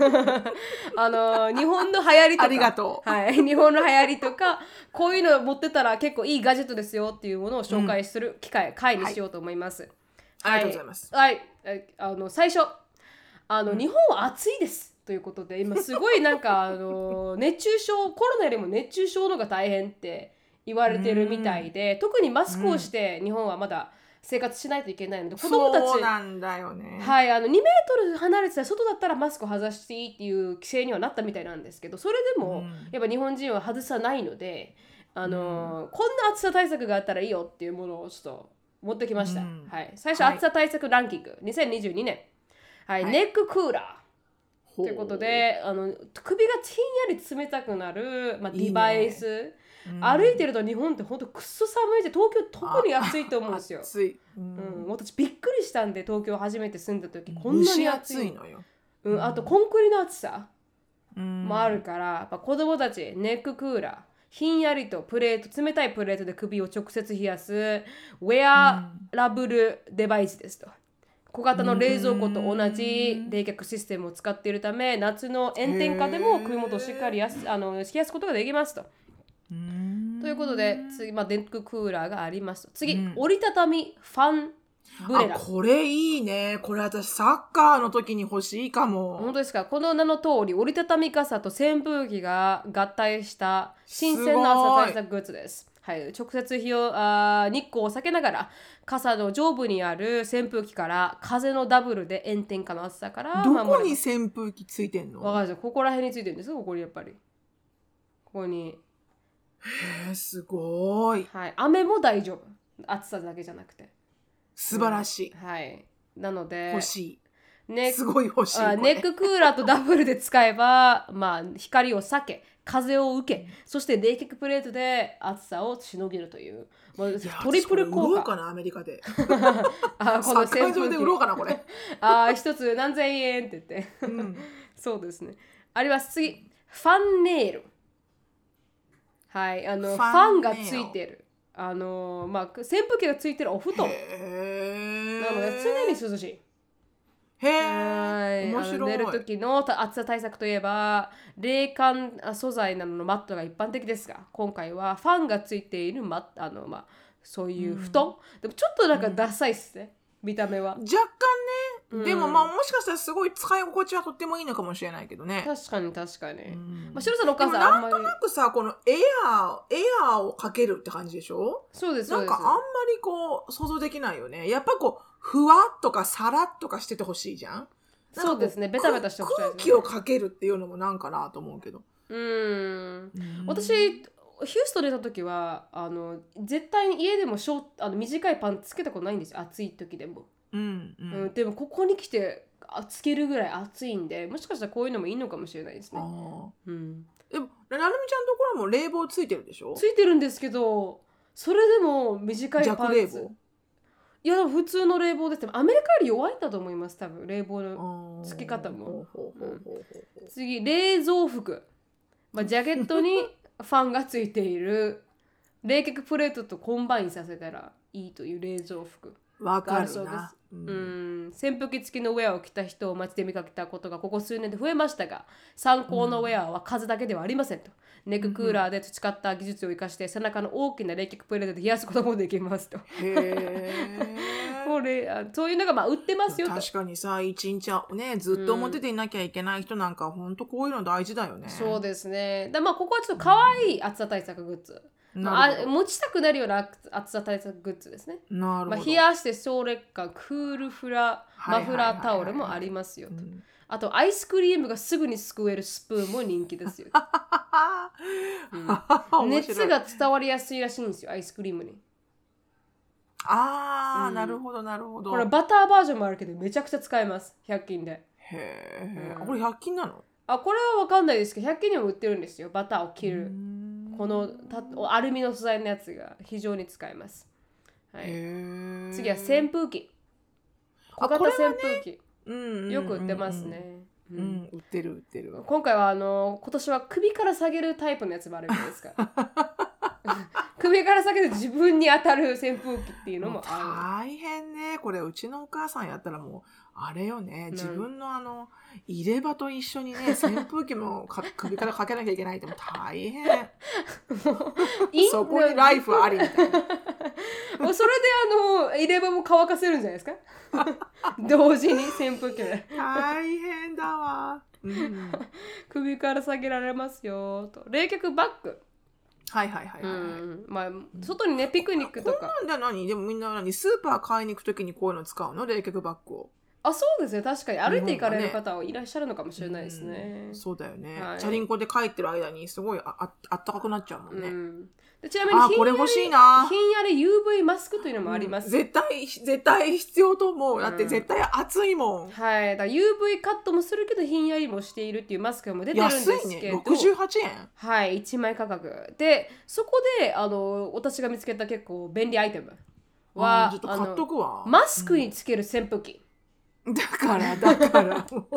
日本の流行りとか、 ありがとう、 はい、日本の流行りとかこういうの持ってたら結構いいガジェットですよっていうものを紹介する回にしようと思います。 ありがとうございます。 はい、最初日本は暑いですということで、今すごいなんか熱中症、コロナよりも熱中症のが大変って言われてるみたいで、特にマスクをして日本はまだ生活しないといけないので、子供たちそうなんだよね。 はい、2メートル離れてたら外だったらマスクを外していいっていう規制にはなったみたいなんですけど、それでもやっぱ日本人は外さないので、こんな暑さ対策があったらいいよっていうものをちょっと持ってきました。はい、最初、暑さ対策ランキング2022年、はい、ネッククーラー。 ということで首がひんやり冷たくなる、まあ、デバイス。いいね、歩いてると日本って本当くっそ寒いで、東京特に暑いと思うんですよ。 暑い、 私びっくりしたんで、東京初めて住んだ時こんなに暑いのよ。 あとコンクリの暑さもあるから、やっぱ子供たちネッククーラー、ひんやりと冷たいプレートで首を直接冷やすウェアラブルデバイスですと。小型の冷蔵庫と同じ冷却システムを使っているため、夏の炎天下でも首元をしっかり冷やすことができますと。ということで次、ネッククーラーがありますと。次、折りたたみファンブレラ。 これいいね。これ私サッカーの時に欲しいかも。 本当ですか。この名の通り折りたたみ傘と扇風機が合体した新鮮な暑さ対策グッズです。はい、直接日光を避けながら傘の上部にある扇風機から風のダブルで炎天下の暑さからどこに扇風機ついてんの？ わかる。ここら辺についてるんですよ。ここにやっぱりここに。 すごい。 はい、雨も大丈夫。暑さだけじゃなくて素晴らしい。 はい、なので欲しい。すごい欲しい。 ネッククーラーとダブルで使えば、光を避け風を受け、そして冷却プレートで暑さをしのげるという、トリプル効果。 売ろうかな、アメリカで。 このサッカー場で売ろうかな、これ。 一つ何千円って言って、そうですね。あります。次、ファンネイル。はい、ファンがついてる。扇風機がついてるお布団。なので常に涼しい。面白い。寝る時の暑さ対策といえば冷感素材などのマットが一般的ですが、今回はファンがついているそういう布団、でもちょっとなんかダサいっすね、見た目は若干ね。でももしかしたらすごい使い心地はとってもいいのかもしれないけどね。 確かにシロさんのお母さんあんまりなんとなくさ、このエアーをかけるって感じでしょ？ そうです。 なんかあんまりこう想像できないよね。やっぱこうふわっとかさらっとかしててほしいじゃん。 そうですね。ベタベタしてほしい、 空気をかけるっていうのもなんかなと思うけど。 私ヒューストンにいた時は絶対に家でも短いパンツつけたことないんですよ。暑い時でも。でもここに来てつけるぐらい暑いんで、もしかしたらこういうのもいいのかもしれないですね。 でもなるみちゃんのところも冷房ついてるでしょ？ ついてるんですけど、それでも短いパンツ。 弱冷房？ いや、でも普通の冷房です。アメリカより弱いんだと思います、多分冷房のつけ方も。次、冷蔵服。ジャケットにファンがついている冷却プレートとコンバインさせたらいいという冷蔵服があるそうです。扇風機付きのウェアを着た人を街で見かけたことがここ数年で増えましたが、参考のウェアは風だけではありませんと。ネッククーラーで培った技術を生かして背中の大きな冷却プレートで冷やすこともできますと。これそういうのが売ってますよと。 確かにさ、一日ねずっと表でいなきゃいけない人なんか本当こういうの大事だよね。 そうですね。ここはちょっと可愛い暑さ対策グッズ。持ちたくなるような暑さ対策グッズですね。 なるほど。 冷やして省劣化クールマフラータオルもありますよと。あとアイスクリームがすぐにすくえるスプーンも人気ですよ。熱が伝わりやすいらしいんですよ、アイスクリームに。 なるほどなるほど。 これバターバージョンもあるけどめちゃくちゃ使えます、100均で。 これ100均なの？ これは分かんないですけど100均にも売ってるんですよ。バターを切るこのアルミの素材のやつが非常に使えます。次は扇風機。小型扇風機、よく売ってますね。 売ってる。 今回は今年は首から下げるタイプのやつもあるじゃないですか。首から下げて自分に当たる扇風機っていうのもある。大変ね。これうちのお母さんやったらもうあれよね、自分の入れ歯と一緒にね扇風機も首からかけなきゃいけないっても大変。そこにライフありみたいな。 もうそれで入れ歯も乾かせるんじゃないですか。同時に扇風機で。 大変だわ。 首から下げられますよと。冷却バッグ。外にねピクニックとか。 こんなんじゃ何？でもみんなスーパー買いに行くときにこういうの使うの？冷却バッグを。 あ、そうですね。確かに歩いて行かれる方はいらっしゃるのかもしれないですね。 そうだよね、 はい、 チャリンコで帰ってる間にすごいあったかくなっちゃうもんね、 でちなみにこれ欲しいな。 ひんやり UV マスクというのもあります、 絶対必要と思う。だって絶対暑いもん、 はい。だから UV カットもするけどひんやりもしているっていうマスクも出てるんですけど、 安いね、68円。 はい、1枚価格で、そこで私が見つけた結構便利アイテムは、 ちょっと買っとくわ。 マスクにつける扇風機、 だからもうダークベ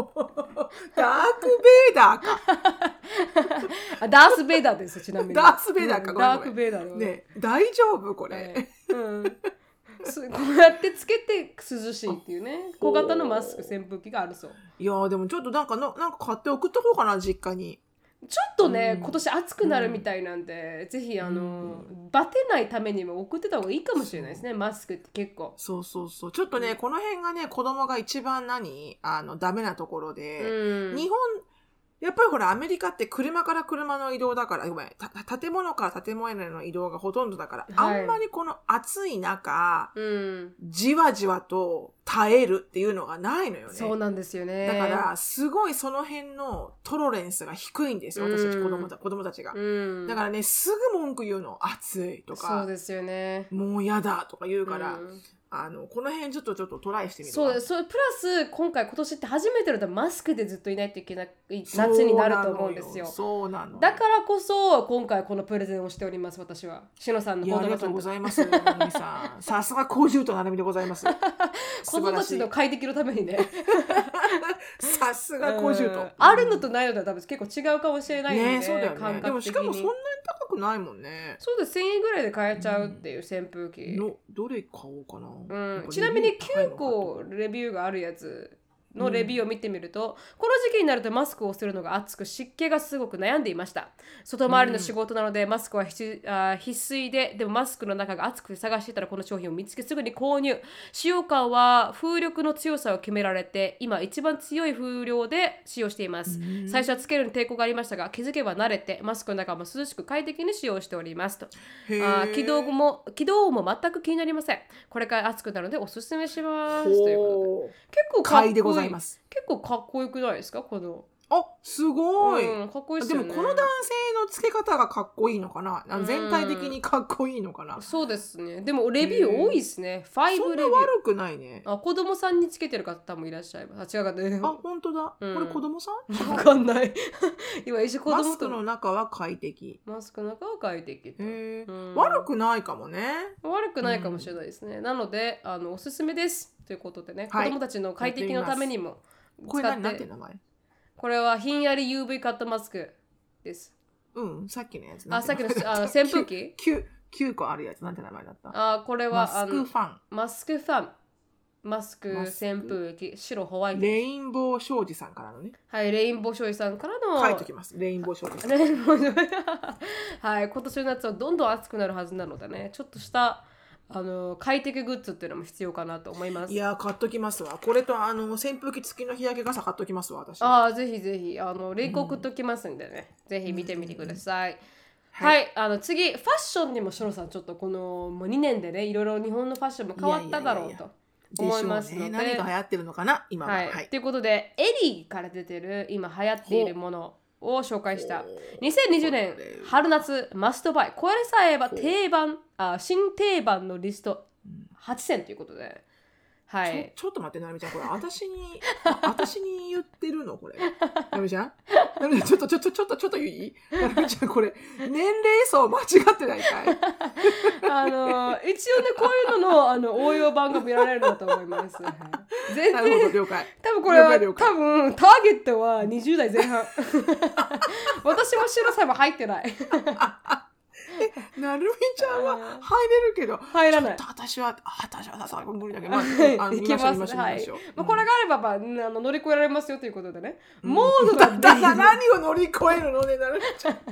イダーかダースベイダーです、ちなみに。 ダースベイダーか、 ダークベイダーね、大丈夫これ、 こうやってつけて涼しいっていうね、小型のマスク扇風機があるそう。 いやでもちょっとなんか買って送っとこうかな、実家に。 ちょっとね、今年暑くなるみたいなんで、ぜひバテないためにも送ってた方がいいかもしれないですね、マスクって結構。 そうちょっとね、この辺がね、子供が一番ダメなところで、日本やっぱりほらアメリカって車から車の移動だから、ごめん、建物から建物への移動がほとんどだから、はい、あんまりこの暑い中、じわじわと耐えるっていうのがないのよね。 そうなんですよね。 だからすごいその辺のトロレンスが低いんですよ、私たち子供たちが。だからね、すぐ文句言うの、暑いとか、 そうですよね、 もうやだとか言うから、この辺ちょっとトライしてみるわ。 そうプラス今年って初めてのマスクでずっといないといけない夏になると思うんですよ。 そうなの。 だからこそ今回このプレゼンをしております、私は。しのさんの子供さん。 ありがとうございます。ななみさん、さすが高重とななみでございます。 子供たちの快適のためにね。 さすが高重と。 あるのとないのとは多分結構違うかもしれないので、 ね、そうだよね。でもしかもそんなに高くないもんね。 そうです、1000円ぐらいで買えちゃうっていう扇風機。 どれ買おうかな。 ちなみに9個レビューがあるやつのレビューを見てみると、この時期になるとマスクをするのが暑く湿気がすごく悩んでいました。外回りの仕事なのでマスクは必須でもマスクの中が暑くて探していたらこの商品を見つけすぐに購入。使用感は風力の強さを決められて今一番強い風量で使用しています。最初はつけるに抵抗がありましたが気づけば慣れてマスクの中も涼しく快適に使用しておりますと。起動も全く気になりません。これから暑くなるのでおすすめしますということで、結構かっこいい。結構かっこよくないですかこの。 すごい、 かっこいいですよね。 でもこの男性の付け方がかっこいいのかな、全体的にかっこいいのかな。 そうですね。でもレビュー多いですね。5レビュー。 そんな悪くないね。 子供さんにつけてる方もいらっしゃいます。違うかね。 本当だ、これ子供さんわかんない今一緒子供と。 マスクの中は快適。悪くないかもね。 悪くないかもしれないですね。なのでおすすめですということでね、子供たちの快適のためにもこれ何て名前？ これはひんやり UV カットマスクです。 さっきのやつ。 さっきの扇風機 9個あるやつ、なんて名前だった？ これはマスク扇風機、白ホワイト。 レインボー商事さんからのね。 はい、レインボー商事さんからの。 書いておきます。レインボー商事さん。 はい、今年の夏はどんどん暑くなるはずなのでね、ちょっとした快適グッズっていうのも必要かなと思います。 いや買っときますわ。これと扇風機付きの日焼け傘買っときますわ、私。 ぜひぜひリンク送っときますんでね、ぜひ見てみてください。はい、次ファッションにもショロさんちょっとこのもう2年でね、いろいろ日本のファッションも変わっただろうと思いますので、 何が流行ってるのかな今は。 ということでエリーから出てる今流行っているものを紹介した2020年春夏マストバイ、これさえば新定番のリスト8選ということで、はい、 ちょっと待って、ななみちゃん、これ私に言ってるのこれ。ななみちゃん、ちょっといい？ななみちゃん、これ年齢層間違ってないかい？ 一応ね、こういうのの応用版が見られるんだと思います。全然了解。 多分これはターゲットは20代前半。私も白さも入ってない。 なるみちゃんは入れるけど入らない。 私は無理だけど、 いけます。はい。これがあれば乗り越えられますよということでね。モードだって何を乗り越えるのね、なるみちゃん。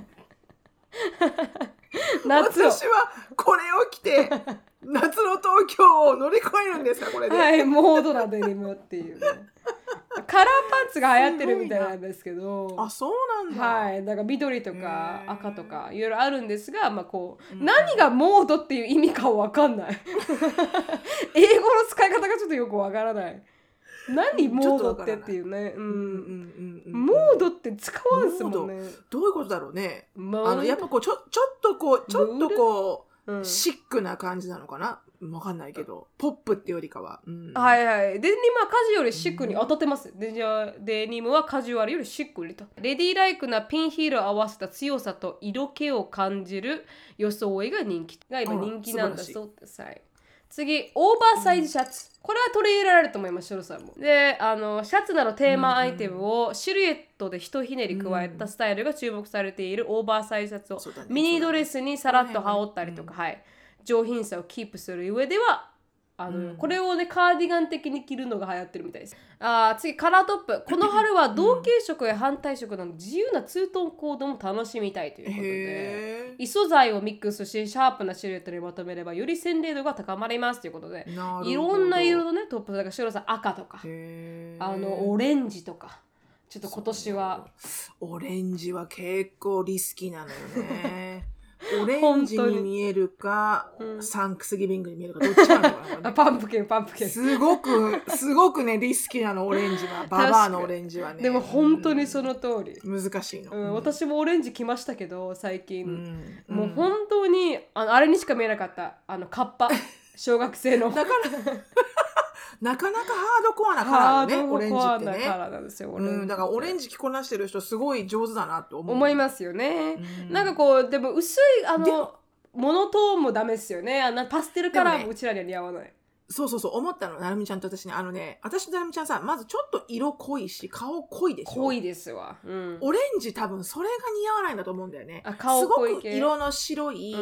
私はこれを着て夏の東京を乗り越えるんですか、これで。 はい、モードなデニムっていう、ね、カラーパンツが流行ってるみたいなんですけど、 そうなんだ。 はい、だから緑とか赤とかいろいろあるんですが、何がモードっていう意味かは分かんない。英語の使い方がちょっとよく分からない。 何モードってっていうね。モードって使わんすもんね。 どういうことだろうね。やっぱこうちょっとこうシックな感じなのかな。わかんないけど、ポップってよりかは。 はいはい。デニムはカジュアルよりシックに当たってます。デニムはカジュアルよりシックにと。レディーライクなピンヒールを合わせた強さと色気を感じる装いが人気なんだそうです。次、オーバーサイズシャツ。これは取り入れられると思います、ショルさんも。で、シャツなどテーマアイテムをシルエットでひとひねり加えたスタイルが注目されているオーバーサイズシャツをミニドレスにさらっと羽織ったりとか、上品さをキープする上ではこれをねカーディガン的に着るのが流行ってるみたいです。次カラートップ。この春は同系色や反対色など自由なツートンコードも楽しみたいということで、異素材をミックスしシャープなシルエットにまとめればより洗練度が高まりますということで、いろんな色のねトップ、だからシロさん赤とかオレンジとか、ちょっと今年はオレンジは結構リスキーなのよね。オレンジに見えるか、サンクスギビングに見えるか、どっちかなのかな。 パンプキン。 すごくね、リスキーなの、オレンジは。ババアのオレンジはね。 でも本当にその通り。 難しいの。 私もオレンジ着ましたけど、最近。もう本当に、あれにしか見えなかった。カッパ。小学生の。 だから、なかなかハードコアなカラーだね、オレンジってね。 カラーなんですよ。 だからオレンジ着こなしてる人すごい上手だなって思いますよね。なんかこうでも薄いモノトーンもダメですよね。パステルカラーもうちらには似合わない。 そう思ったの、なるみちゃんと私ね。私となるみちゃんさ、まずちょっと色濃いし顔濃いでしょ。 濃いですわ。 オレンジ多分それが似合わないんだと思うんだよね。 顔濃い系。 すごく色の白い、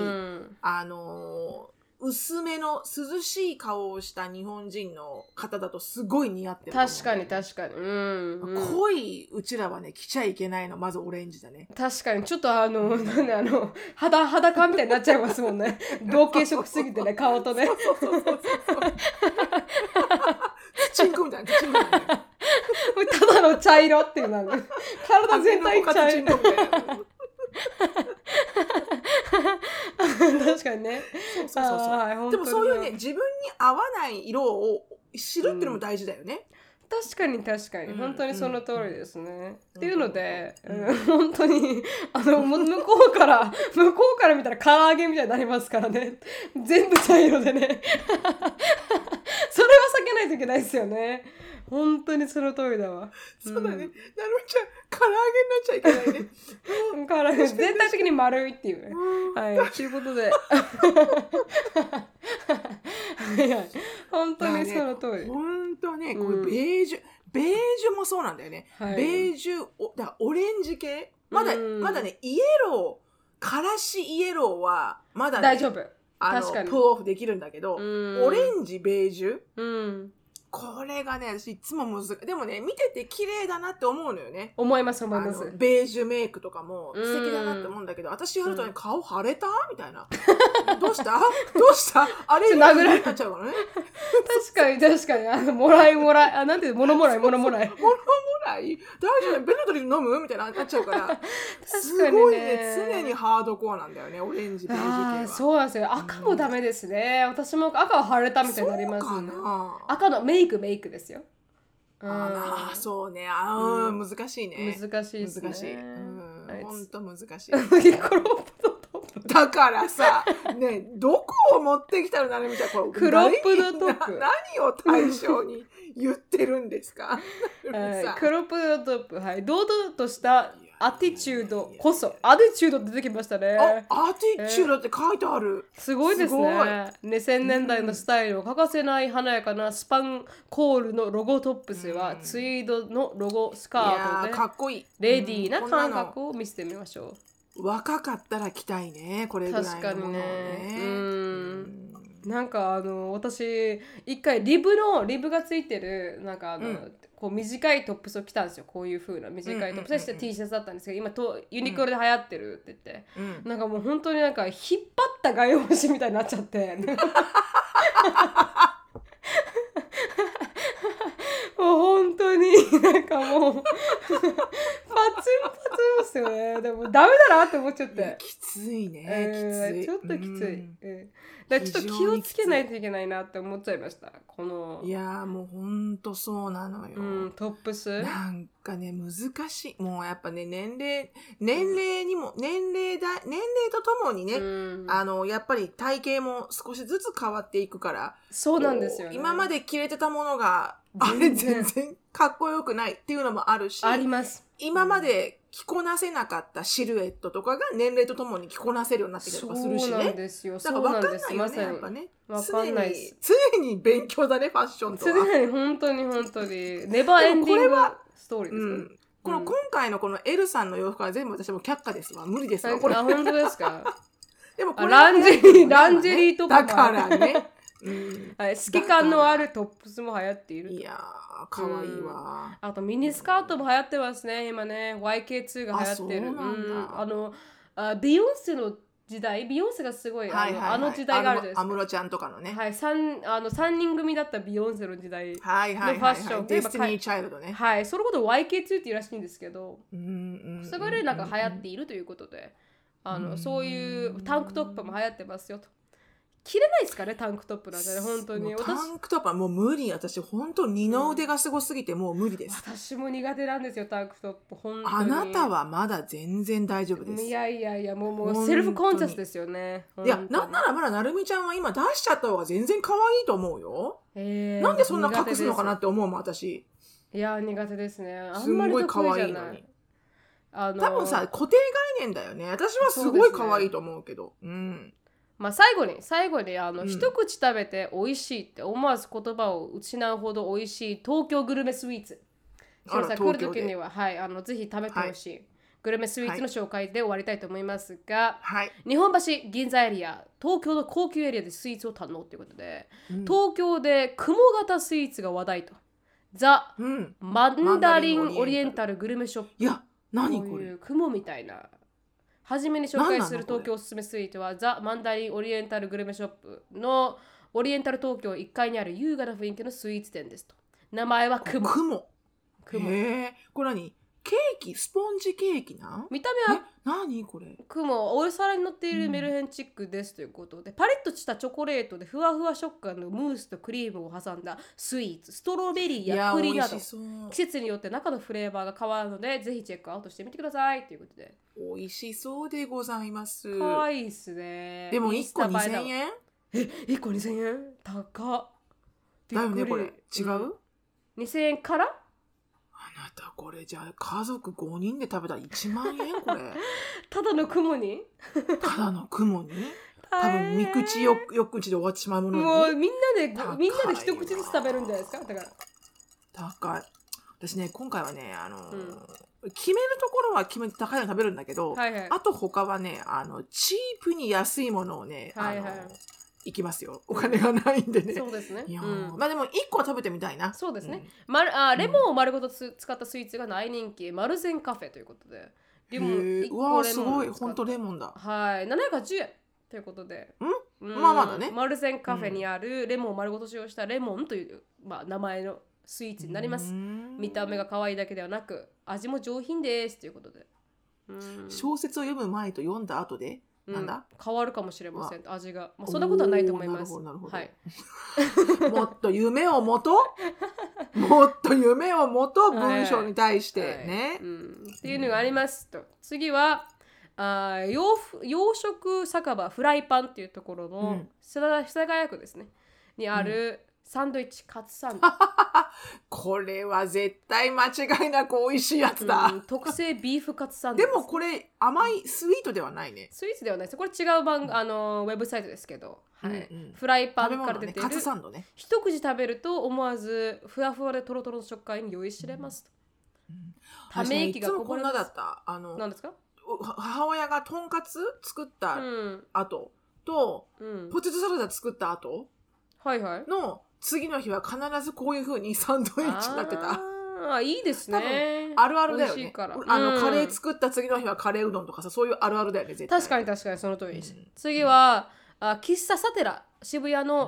薄めの涼しい顔をした日本人の方だとすごい似合ってる。 確かに。 濃いうちらはね着ちゃいけないの、まずオレンジだね。 確かにちょっと裸みたいになっちゃいますもんね。同系色すぎてね、顔とね。 チンコみたいな。 ただの茶色っていうのは、体全体茶色。確かにね。 でもそういうね、自分に合わない色を知るっていうのも大事だよね。 確かに本当にその通りですね。っていうので、本当に向こうから見たら唐揚げみたいになりますからね。全部茶色でね。それは避けないといけないですよね。本当にその通りだわ。 そうだね。なるみちゃん、唐揚げになっちゃいけないね。 唐揚げ全体的に丸いっていうね。はい。ということで。本当にその通り。 本当ね、これベージュもそうなんだよね。ベージュ、だからオレンジ系。まだね、イエロー、からしイエローはまだね、 大丈夫。確かに。 プルオフできるんだけど、オレンジ、ベージュ。これがね、私いつも難しい。でもね、見てて綺麗だなって思うのよね。 思います。 ベージュメイクとかも素敵だなって思うんだけど、私やるとね、顔腫れたみたいな。どうしたあれ殴られなっちゃうからね。 確かに。もらい。なんていう物もらい。 大丈夫？ベネトリル飲むみたいななっちゃうから。 確かにすごいね、常にハードコアなんだよね、オレンジ、ベージュ系は。 そうなんですよ。赤もダメですね。私も赤は腫れたみたいになりますね。赤のメイクですよ。 そうね。難しいね。 難しいですね。 ほんと難しい。 だからさ、ね、どこを持ってきたらなるみちゃん、これクロップドトップ。 何を対象に言ってるんですか？ クロップドトップ。はい。堂々としたアティチュードこそ。アティチュード出てきましたね。 アティチュードって書いてある。 すごいですね。2000年代のスタイルを欠かせない華やかなスパンコールのロゴトップスは、ツイードのロゴスカートでかっこいい。 レディーな感覚を見せてみましょう。若かったら着たいね、これぐらいのものね。 確かにね。なんか私一回リブがついてるなんかこう短いトップスを着たんですよ。こういう風な短いトップスでして T シャツだったんですけど、今ユニクロで流行ってるって言って、なんかもう本当になんか引っ張った画用紙みたいになっちゃってもう本当になんかもうパツンパツンですよね。でもダメだなって思っちゃって。 きついね、きつい。 ちょっときつい。だからちょっと気をつけないといけないなって思っちゃいました。この。 いやもうほんとそうなのよ。 トップス。 なんかね、難しい。もうやっぱね、年齢とともにね、やっぱり体型も少しずつ変わっていくから。 そうなんですよね。 今まで着れてたものが、あれ全然かっこよくないっていうのもあるし。 あります。 今まで着こなせなかったシルエットとかが年齢とともに着こなせるようになってきたりとかするしね。 そうなんですよ。 だから分かんないよね、やっぱね。 分かんないです。 常に勉強だね、ファッションとは。 常に本当にネバーエンディングストーリーですね。 今回のこのエルさんの洋服は全部私も却下ですわ。無理ですわ、これ。 本当ですか。 でもこれランジェリーとかだからね。 透き感のあるトップスも流行っている。 いやー、かわいいわ。 あとミニスカートも流行ってますね、今ね。YK2 が流行ってる。ビヨンセの時代、ビヨンセがすごい、あの時代があるじゃないですか。 安室ちゃんとかのね。 はい、3人組だったビヨンセの時代のファッション。 デスティニーチャイルドね。 はい、そのこと YK2 っていうらしいんですけど、そこでなんか流行っているということで、そういうタンクトップも流行ってますよと。着れないですかね、タンクトップなんてね、本当に。 タンクトップはもう無理。私、本当二の腕がすごすぎてもう無理です。 私も苦手なんですよ、タンクトップ。本当に。 あなたはまだ全然大丈夫です。 いや、もうセルフコンシャスですよね。 いや、なんならまだなるみちゃんは今出しちゃった方が全然可愛いと思うよ。なんでそんな隠すのかなって思うもん、私。 いや、苦手ですね。あんまり得意じゃない。 多分さ、固定概念だよね。私はすごい可愛いと思うけど。 まあ最後に一口食べて美味しいって思わず言葉を失うほど美味しい東京グルメスイーツ。来る時には、ぜひ食べてほしい、グルメスイーツの紹介で終わりたいと思いますが、日本橋銀座エリア、東京の高級エリアでスイーツを堪能ということで、東京で雲型スイーツが話題と。ザ・マンダリンオリエンタルグルメショップ。 いや、何これ。 こういう雲みたいな。初めに紹介する東京おすすめスイーツはザ・マンダリンオリエンタルグルメショップのオリエンタル東京1階にある優雅な雰囲気のスイーツ店ですと。名前は雲。へえ、これ何？ケーキ、スポンジケーキなん？ 見た目は何これ？ 雲、お皿に乗っているメルヘンチックですということで、パリッとしたチョコレートでふわふわ食感のムースとクリームを挟んだスイーツ、ストロベリーや栗など季節によって中のフレーバーが変わるので、ぜひチェックアウトしてみてくださいということで。 美味しそうでございます。 かわいいっすね。 でも1個2000円 ？1個2000円？高っ。 だよね、これ。違う ？2000円から？ あなたこれじゃあ家族5人で食べたら1万円これ。 ただの雲に？ ただの雲に？多分3口4口で終わってしまうものに。 もうみんなで一口ずつ食べるんじゃないですか。だから高い。私ね、今回はね、決めるところは決めて高いの食べるんだけど、あと他はね、チープに安いものをね、行きますよ。お金がないんでね。 そうですね。 まあでも1個は食べてみたいな。 そうですね。レモンを丸ごと使ったスイーツが大人気、マルゼンカフェということで。 うわー、すごい。ほんとレモンだ。 はい。780円ということで。 まあまだね。 マルゼンカフェにあるレモンを丸ごと使用したレモンという、名前のスイーツになります。見た目が可愛いだけではなく、味も上品ですということで。 小説を読む前と読んだ後でなんだ、 変わるかもしれません、味が。そんなことはないと思います。 なるほど。 はい、 もっと夢をもと文章に対してね、 っていうのがありますと。次は洋食酒場フライパンっていうところの世田谷区ですねにあるサンドイッチカツサンド。 これは絶対間違いなく美味しいやつだ。 特製ビーフカツサンドでもこれ甘いスイートではないね。 スイーツではないです。これ違うウェブサイトですけど、フライパンから出てるカツサンドね。 一口食べると思わずふわふわでトロトロの食感に酔いしれますと。ため息がこぼれます。 いつもこんなだった。 何ですか？ 母親がとんかつ作った後と、ポテトサラダ作った後の次の日は必ずこういう風にサンドイッチになってた。 いいですね。 あるあるだよね。カレー作った次の日はカレーうどんとかさ、そういうあるあるだよね、絶対。 確かにその通りです。次は喫茶サテラ、渋谷の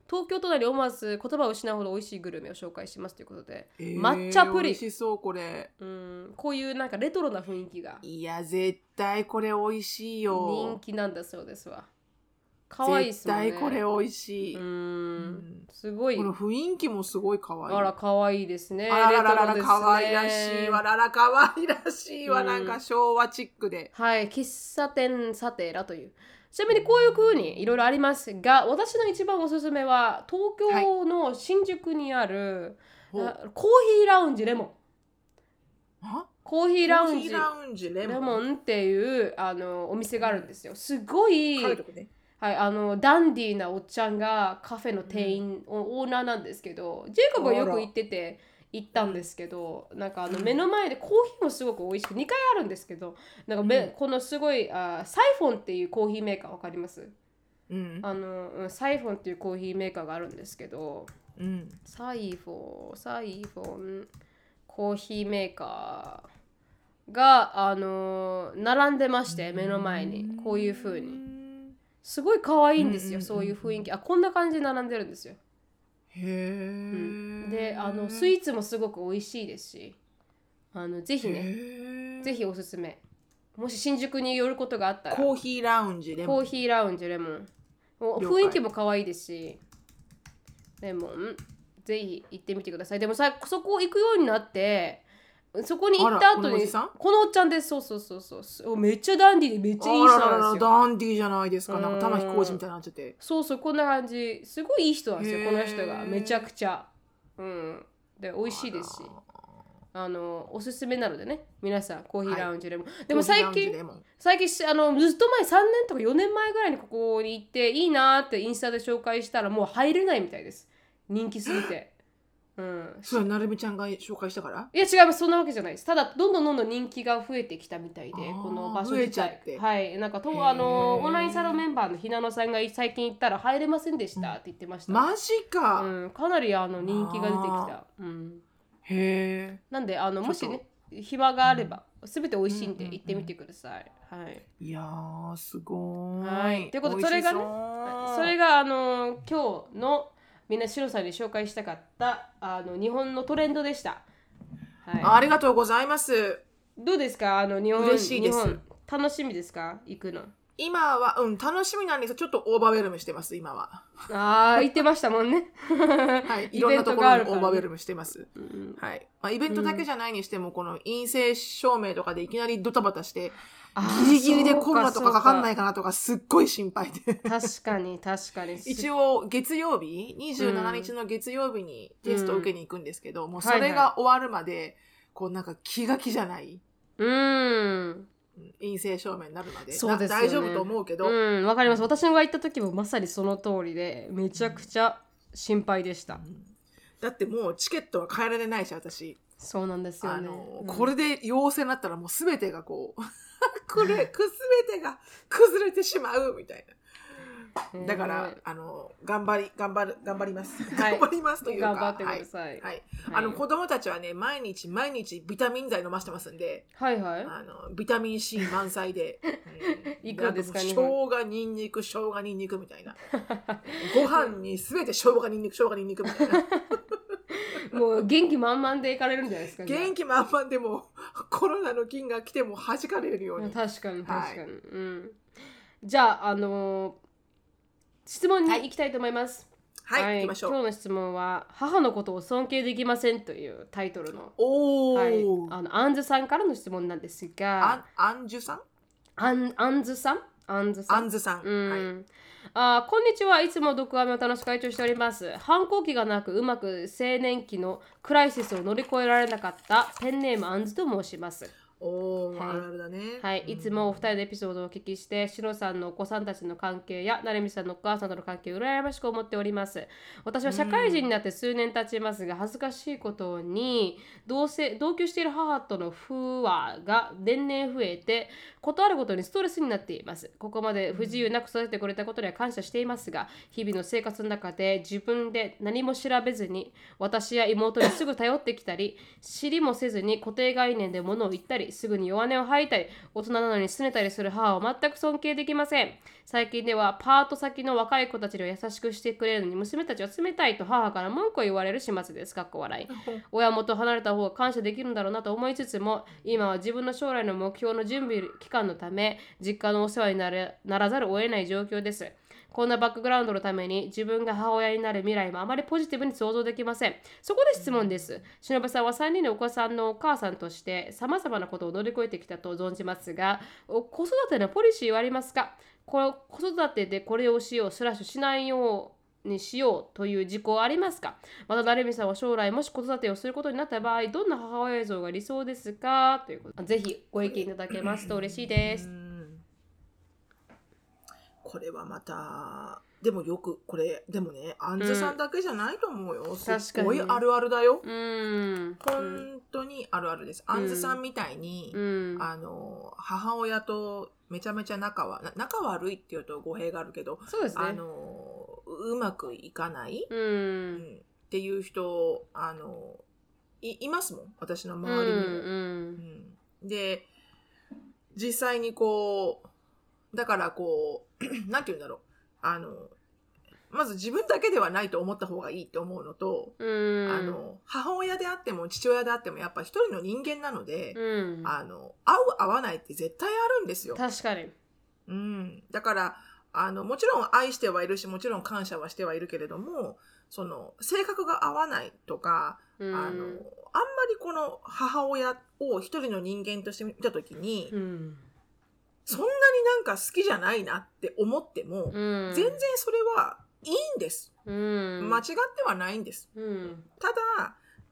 東京都内に思わず言葉を失うほど美味しいグルメを紹介しますということで、抹茶プリン。 美味しそうこれ。 こういうなんかレトロな雰囲気が。 いや絶対これ美味しいよ。 人気なんだそうですわ。可愛いですもんね。 絶対これ美味しい。 すごい。 この雰囲気もすごい可愛い。 あら可愛いですね。 あらららら可愛らしいわ。らら可愛らしいわ。なんか昭和チックで。 はい、喫茶店サテラという。ちなみにこういう風にいろいろありますが、私の一番おすすめは東京の新宿にある、コーヒーラウンジレモン。コーヒーラウンジレモンっていうお店があるんですよ。すごい、はい、ダンディーなおっちゃんがカフェの店員、オーナーなんですけど、ジェイコブがよく行ってて行ったんですけど、なんか目の前でコーヒーもすごく美味しく2回あるんですけど、なんかこのすごいサイフォンっていうコーヒーメーカーわかります？サイフォンっていうコーヒーメーカーがあるんですけど、サイフォンコーヒーメーカーが並んでまして、目の前にこういう風にすごい可愛いんですよ。そういう雰囲気、こんな感じで並んでるんですよ。でスイーツもすごく美味しいですし、ぜひね、ぜひおすすめ。もし新宿に寄ることがあったらコーヒーラウンジレモン。 雰囲気も可愛いですし、レモンぜひ行ってみてください。でもさ、そこ行くようになって、そこに行った後にこのおっちゃんです。そうめっちゃダンディーでめっちゃいい人なんですよ。 ダンディーじゃないですか。なんか玉置浩二みたいになっちゃって。 こんな感じ。すごいいい人なんですよ、この人が。めちゃくちゃで美味しいですし、おすすめなのでね、皆さんコーヒーラウンジレモン、でも最近ずっと前3年とか4年前ぐらいにここに行っていいなってインスタで紹介したらもう入れないみたいです、人気すぎて。 それはなるみちゃんが紹介したから？ いや違います、そんなわけじゃないです。ただどんどん人気が増えてきたみたいで、この場所自体なんかオンラインサロンメンバーのひなのさんが最近行ったら入れませんでしたって言ってました。 マジか。 かなり人気が出てきた。 へえ。 なんでもしね暇があれば全て美味しいんで行ってみてください。 いやーすごい。ということでそれが今日のみんなシロさんに紹介したかった日本のトレンドでした。 ありがとうございます。 どうですか？日本嬉しいです。 日本楽しみですか？行くの。 今は楽しみなんです。ちょっとオーバーウェルムしてます今は。 言ってましたもんね。 いろんなところにオーバーウェルムしてます。イベントだけじゃないにしても、この陰性証明とかでいきなりドタバタして、ギリギリでコロナとかかかんないかなとかすっごい心配で。 確かに一応月曜日27日の月曜日にテストを受けに行くんですけど、もうそれが終わるまでこうなんか気が気じゃない。陰性証明になるまで、そうですよね、大丈夫と思うけど、 わかります。私が行った時もまさにその通りでめちゃくちゃ心配でした。 だってもうチケットは変えられないし、私。 そうなんですよね。 これで陽性になったらもう全てがこう全てが崩れてしまうみたいな。だから頑張ります。頑張りますというか、 頑張ってください。 子供たちはね毎日ビタミン剤飲ませてますんで、ビタミン C 満載で、 いくらですか？ 生姜ニンニクみたいな。ご飯にすべて生姜ニンニクみたいな。 もう元気満々で行かれるんじゃないですかね。 元気満々でもコロナの菌が来ても弾かれるように。 確かに、じゃあ質問に行きたいと思います。 行きましょう。 今日の質問は母のことを尊敬できませんというタイトルの、アンズさんからの質問なんですが、 アンズさん、 こんにちは。いつも読アメを楽しく拝聴しております。反抗期がなくうまく青年期のクライシスを乗り越えられなかったペンネームアンズと申します。 あるあるだね。 いつもお二人のエピソードをお聞きして、シロさんのお子さんたちの関係やナレミさんのお母さんとの関係を羨ましく思っております。私は社会人になって数年経ちますが、恥ずかしいことに同居している母との不和が年々増えて、ことあるごとにストレスになっています。ここまで不自由なく育ててくれたことには感謝していますが、日々の生活の中で自分で何も調べずに私や妹にすぐ頼ってきたり、知りもせずに固定概念で物を言ったり、 り、すぐに弱音を吐いたり、大人なのに拗ねたりする母を全く尊敬できません。最近ではパート先の若い子たちを優しくしてくれるのに娘たちは冷たいと母から文句を言われる始末です。かっこ笑い。親元離れた方が感謝できるんだろうなと思いつつも、今は自分の将来の目標の準備期間のため、実家のお世話にならざるを得ない状況です。こんなバックグラウンドのために自分が母親になる未来もあまりポジティブに想像できません。そこで質問です。しのぶさんは3人のお子さんのお母さんとして様々なことを乗り越えてきたと存じますが、子育てのポリシーはありますか？子育てでこれをしよう、スラッシュしないようにしようという事項はありますか？また、なるみさんは将来もし子育てをすることになった場合、どんな母親像が理想ですか？ということで、ぜひご意見いただけますと嬉しいです。 これはまた、でもよく、これ、でもね、アンズさんだけじゃないと思うよ。すごいあるあるだよ。本当にあるあるです。アンズさんみたいに、母親とめちゃめちゃ仲悪いっていうと語弊があるけど、 そうですね。 うまくいかない、っていう人、いますもん。私の周りにも。で、実際にこう、だからこう、なんて言うんだろう。まず自分だけではないと思った方がいいって思うのと、母親であっても父親であってもやっぱ一人の人間なので、合う合わないって絶対あるんですよ。 確かに。 だから、もちろん愛してはいるし、もちろん感謝はしてはいるけれども、その、性格が合わないとか、あんまりこの母親を一人の人間として見たときに、そんなになんか好きじゃないなって思っても、全然それはいいんです。間違ってはないんです。ただ、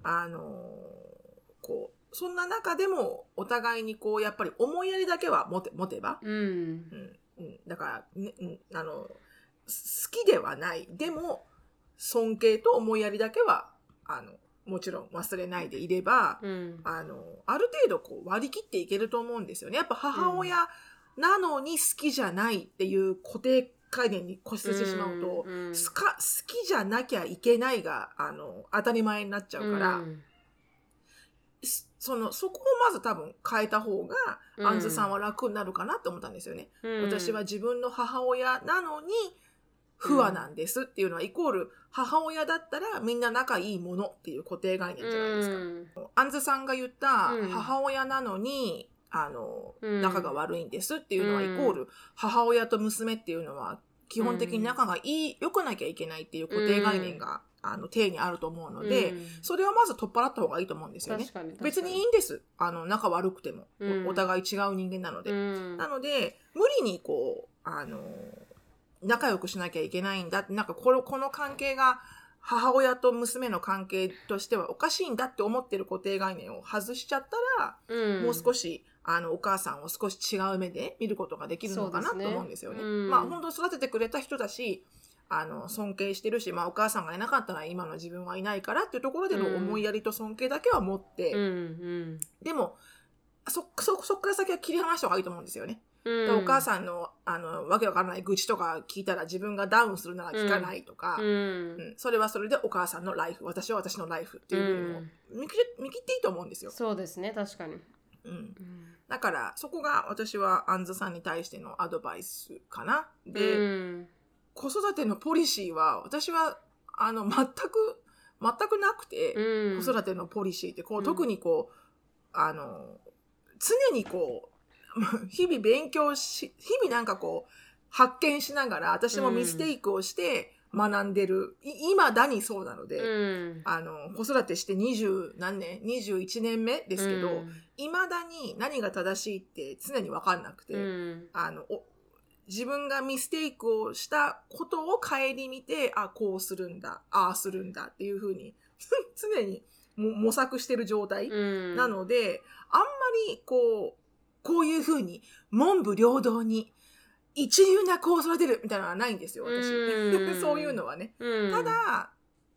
こう、そんな中でもお互いにこう、やっぱり思いやりだけは持てば、だから、ね、好きではない。でも、尊敬と思いやりだけは、もちろん忘れないでいれば、ある程度こう割り切っていけると思うんですよね。やっぱ母親なのに好きじゃないっていう固定概念に固執してしまうと、好きじゃなきゃいけないが、当たり前になっちゃうから、そこをまず多分変えた方が、アンズさんは楽になるかなって思ったんですよね。私は自分の母親なのに、不和なんですっていうのはイコール母親だったらみんな仲いいものっていう固定概念じゃないですか。アンズさんが言った母親なのに仲が悪いんですっていうのはイコール母親と娘っていうのは基本的に仲が良くなきゃいけないっていう固定概念が体にあると思うので、それはまず取っ払った方がいいと思うんですよね。別にいいんです。仲悪くても。お互い違う人間なので。なので、無理にこう、仲良くしなきゃいけないんだって、なんかこの関係が母親と娘の関係としてはおかしいんだって思ってる固定概念を外しちゃったら、もう少しお母さんを少し違う目で見ることができるのかなと思うんですよね。まあ本当に育ててくれた人だし、尊敬してるし、まあお母さんがいなかったら今の自分はいないからっていうところでの思いやりと尊敬だけは持って、でも、そっから先は切り離した方がいいと思うんですよね。お母さんの、わけわからない愚痴とか聞いたら自分がダウンするなら聞かないとか、それはそれでお母さんのライフ、私は私のライフっていうふうにも見切っていいと思うんですよ。 そうですね、確かに。 だから、そこが私はアンズさんに対してのアドバイスかな。で、子育てのポリシーは、私は、全くなくて、子育てのポリシーって、こう、特にこう、常にこう、日々勉強し、日々なんかこう、発見しながら、私もミステイクをして学んでる、今だにそうなので、子育てして21年目ですけど、未だに何が正しいって常に分かんなくて、自分がミステイクをしたことを顧みて、こうするんだ、ああするんだっていうふうに、常に模索してる状態なので、あんまりこういうふうに文武両道に一流な子を育てるみたいなのはないんですよ、私。そういうのはね。ただ、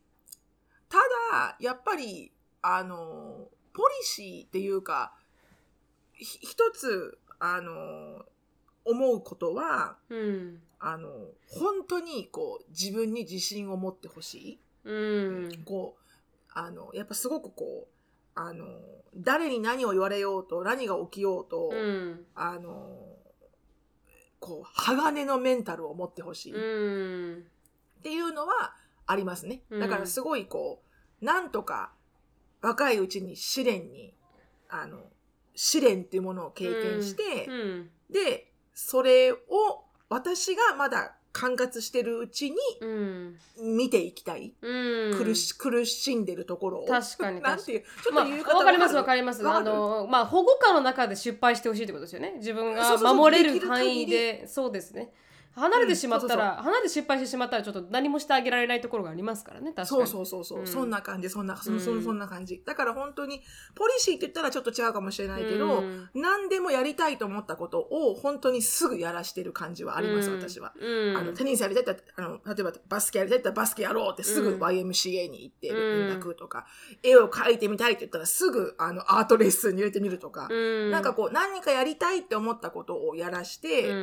やっぱり、ポリシーっていうか、一つ、思うことは、本当にこう、自分に自信を持ってほしい。やっぱすごくこう、 誰に何を言われようと何が起きようと、こう鋼のメンタルを持ってほしいっていうのはありますね。だからすごいこうなんとか若いうちに試練っていうものを経験して、でそれを私がまだ管轄してるうちに見ていきたい、苦しんでるところを確かになんていうちょっと言う方わかりますわかります。保護下の中で失敗してほしいってことですよね。自分が守れる範囲で。そうですね。離れてしまったら、離れて失敗してしまったらちょっと何もしてあげられないところがありますからね。確かに。 そう、そんな感じそんな感じ。だから本当にポリシーって言ったらちょっと違うかもしれないけど、何でもやりたいと思ったことを本当にすぐやらしてる感じはあります、私は。テニスやりたいって例えばバスケやりたいってバスケやろうってすぐ YMCA に行って連絡とか、絵を描いてみたいって言ったらすぐアートレッスンに入れてみるとか、なんかこう何かやりたいって思ったことをやらして、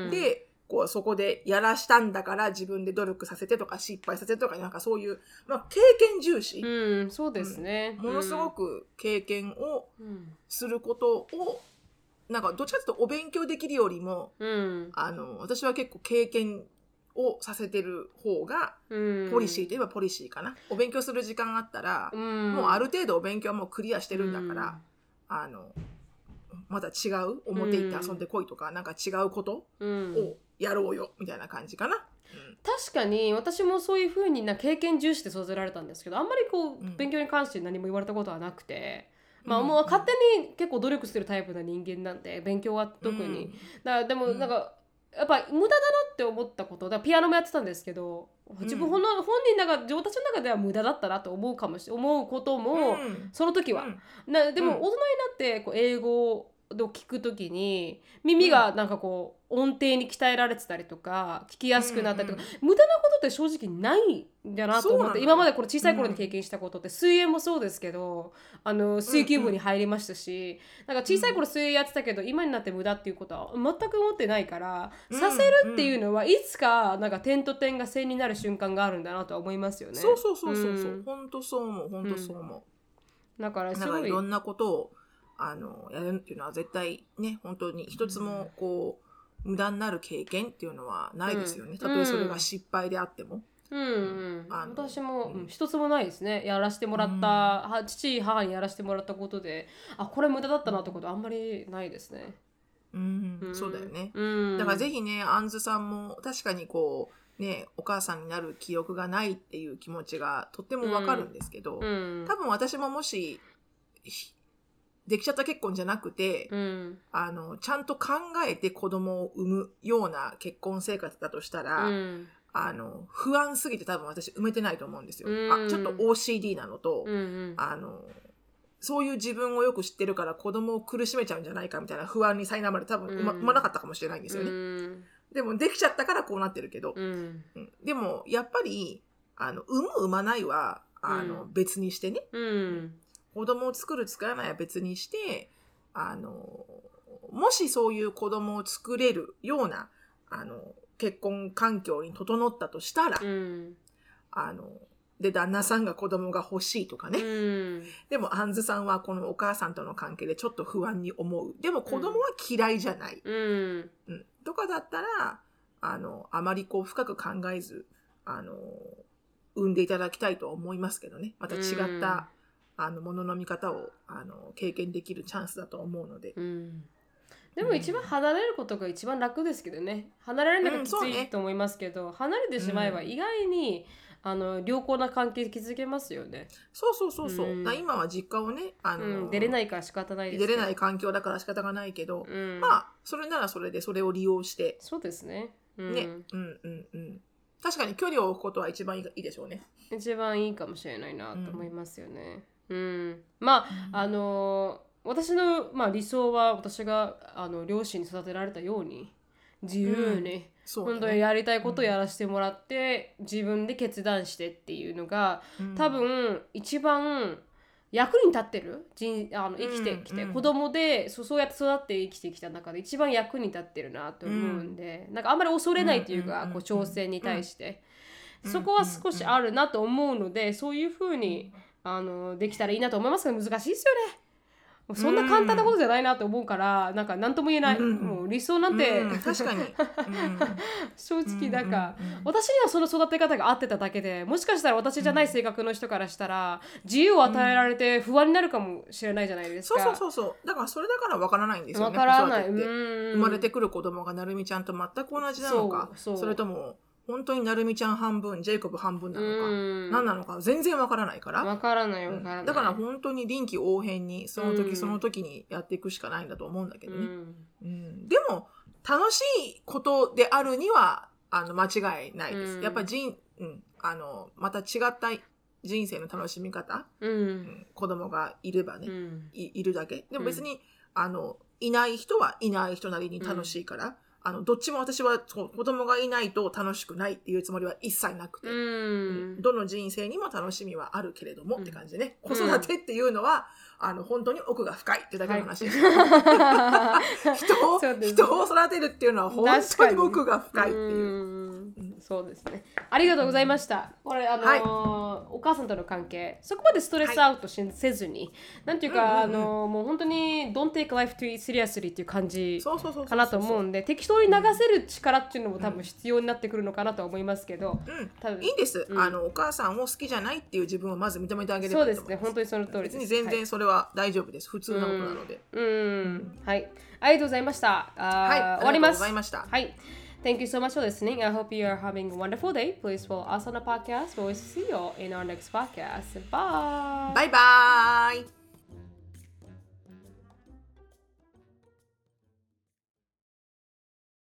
でこうそこでやらしたんだから自分で努力させてとか失敗させてとかなんかそういう、経験重視、 そうですね、 ものすごく経験をすることをなんかどっちかというとお勉強できるよりも、私は結構経験をさせてる方がポリシーといえばポリシーかな。お勉強する時間あったら、もうある程度お勉強はもうクリアしてるんだから、また違う表行って遊んでこいとか、なんか違うことをやろうよみたいな感じかな。 確かに私もそういう風に経験重視で育てられたんですけど、あんまりこう勉強に関して何も言われたことはなくて、もう勝手に結構努力してるタイプな人間なんで、勉強は特に、でもなんかやっぱ無駄だなって思ったこと、だからピアノもやってたんですけど、自分本人の中、自分たちの中では無駄だったなと思うことも、その時は、でも大人になってこう英語を聞くときに耳がなんかこう音程に鍛えられてたりとか聞きやすくなったりとか、無駄なことって正直ないんだなと思って、今までこれ小さい頃に経験したことって、水泳もそうですけど水球部に入りましたし、なんか小さい頃水泳やってたけど今になって無駄っていうことは全く思ってないから、させるっていうのはいつかなんか点と点が線になる瞬間があるんだなとは思いますよね。 そう本当そう思う、 だからすごいいろんなことをやるっていうのは絶対ね、本当に一つもこう、無駄になる経験っていうのはないですよね。たとえそれが失敗であっても。 私も、一つもないですね。やらせてもらった、父母にやらせてもらったことで、これ無駄だったなってことあんまりないですね。 そうだよね。だからぜひね、あんずさんも確かにこうね、お母さんになる記憶がないっていう気持ちがとってもわかるんですけど、多分私ももしできちゃった結婚じゃなくて、ちゃんと考えて子供を産むような結婚生活だとしたら、不安すぎて多分私埋めてないと思うんですよ。ちょっと OCD なのと、そういう自分をよく知ってるから子供を苦しめちゃうんじゃないかみたいな不安に苛まれて多分産まなかったかもしれないんですよね。でもできちゃったからこうなってるけど、でもやっぱり産まないは別にしてね、子供を作る作らないは別にして、もしそういう子供を作れるような結婚環境に整ったとしたら、で旦那さんが子供が欲しいとかね、でもあんずさんはこのお母さんとの関係でちょっと不安に思う、でも子供は嫌いじゃない、とかだったらあまりこう深く考えず産んでいただきたいと思いますけどね。また違ったものの見方を経験できるチャンスだと思うので、 でも一番離れることが一番楽ですけどね。離れるのがきついと思いますけど、離れてしまえば意外に良好な関係築けますよね。 そう、今は実家をね出れないから仕方ないですけど、 出れない環境だから仕方がないけど、それならそれでそれを利用して、 そうですね、 確かに距離を置くことは一番いいでしょうね。 一番いいかもしれないなと思いますよね。私の、理想は私が両親に育てられたように自由に、本当にやりたいことをやらせてもらって、自分で決断してっていうのが、多分一番役に立ってる生きてきて、子供でそうやって育って生きてきた中で一番役に立ってるなと思うんで、なんかあんまり恐れないというか、こう挑戦に対して、そこは少しあるなと思うので、そういう風にできたらいいなと思いますけど、難しいですよね。 そんな簡単なことじゃないなと思うから、なんか何とも言えない、もう理想なんて、 確かに、 正直なんか、私にはその育て方が合ってただけで、もしかしたら私じゃない性格の人からしたら、自由を与えられて不安になるかもしれないじゃないですか。 そうだからそれだからわからないんですよね。 わからない。 生まれてくる子供がなるみちゃんと全く同じなのか、それとも本当になるみちゃん半分ジェイコブ半分なのか、何なのか全然わからないから、 わからない、 だから本当に臨機応変にその時その時にやっていくしかないんだと思うんだけどね、でも楽しいことであるには間違いないです。やっぱりまた違った人生の楽しみ方、子供がいればね、いるだけでも別に、いない人はいない人なりに楽しいから、どっちも私は子供がいないと楽しくないっていうつもりは一切なくて、どの人生にも楽しみはあるけれどもって感じでね、子育てっていうのは本当に奥が深いってだけの話です、人を育てるっていうのは本当に奥が深いっていう。 そうですね。ありがとうございました。これお母さんとの関係、そこまでストレスアウトせずに、なんていうかもう本当に Don't take life too seriously っていう感じかなと思うんで、適当に流せる力っていうのも多分必要になってくるのかなと思いますけど、 いいんです。お母さんを好きじゃないっていう自分をまず認めてあげればいいと思います。そうですね。 本当にその通りです。 別に全然それは大丈夫です。普通なことなので。 はい。ありがとうございました。終わります。はい。Thank you so much for listening. I hope you are having a wonderful day. Please follow us on the podcast. We'll see you in our next podcast. Bye. Bye bye.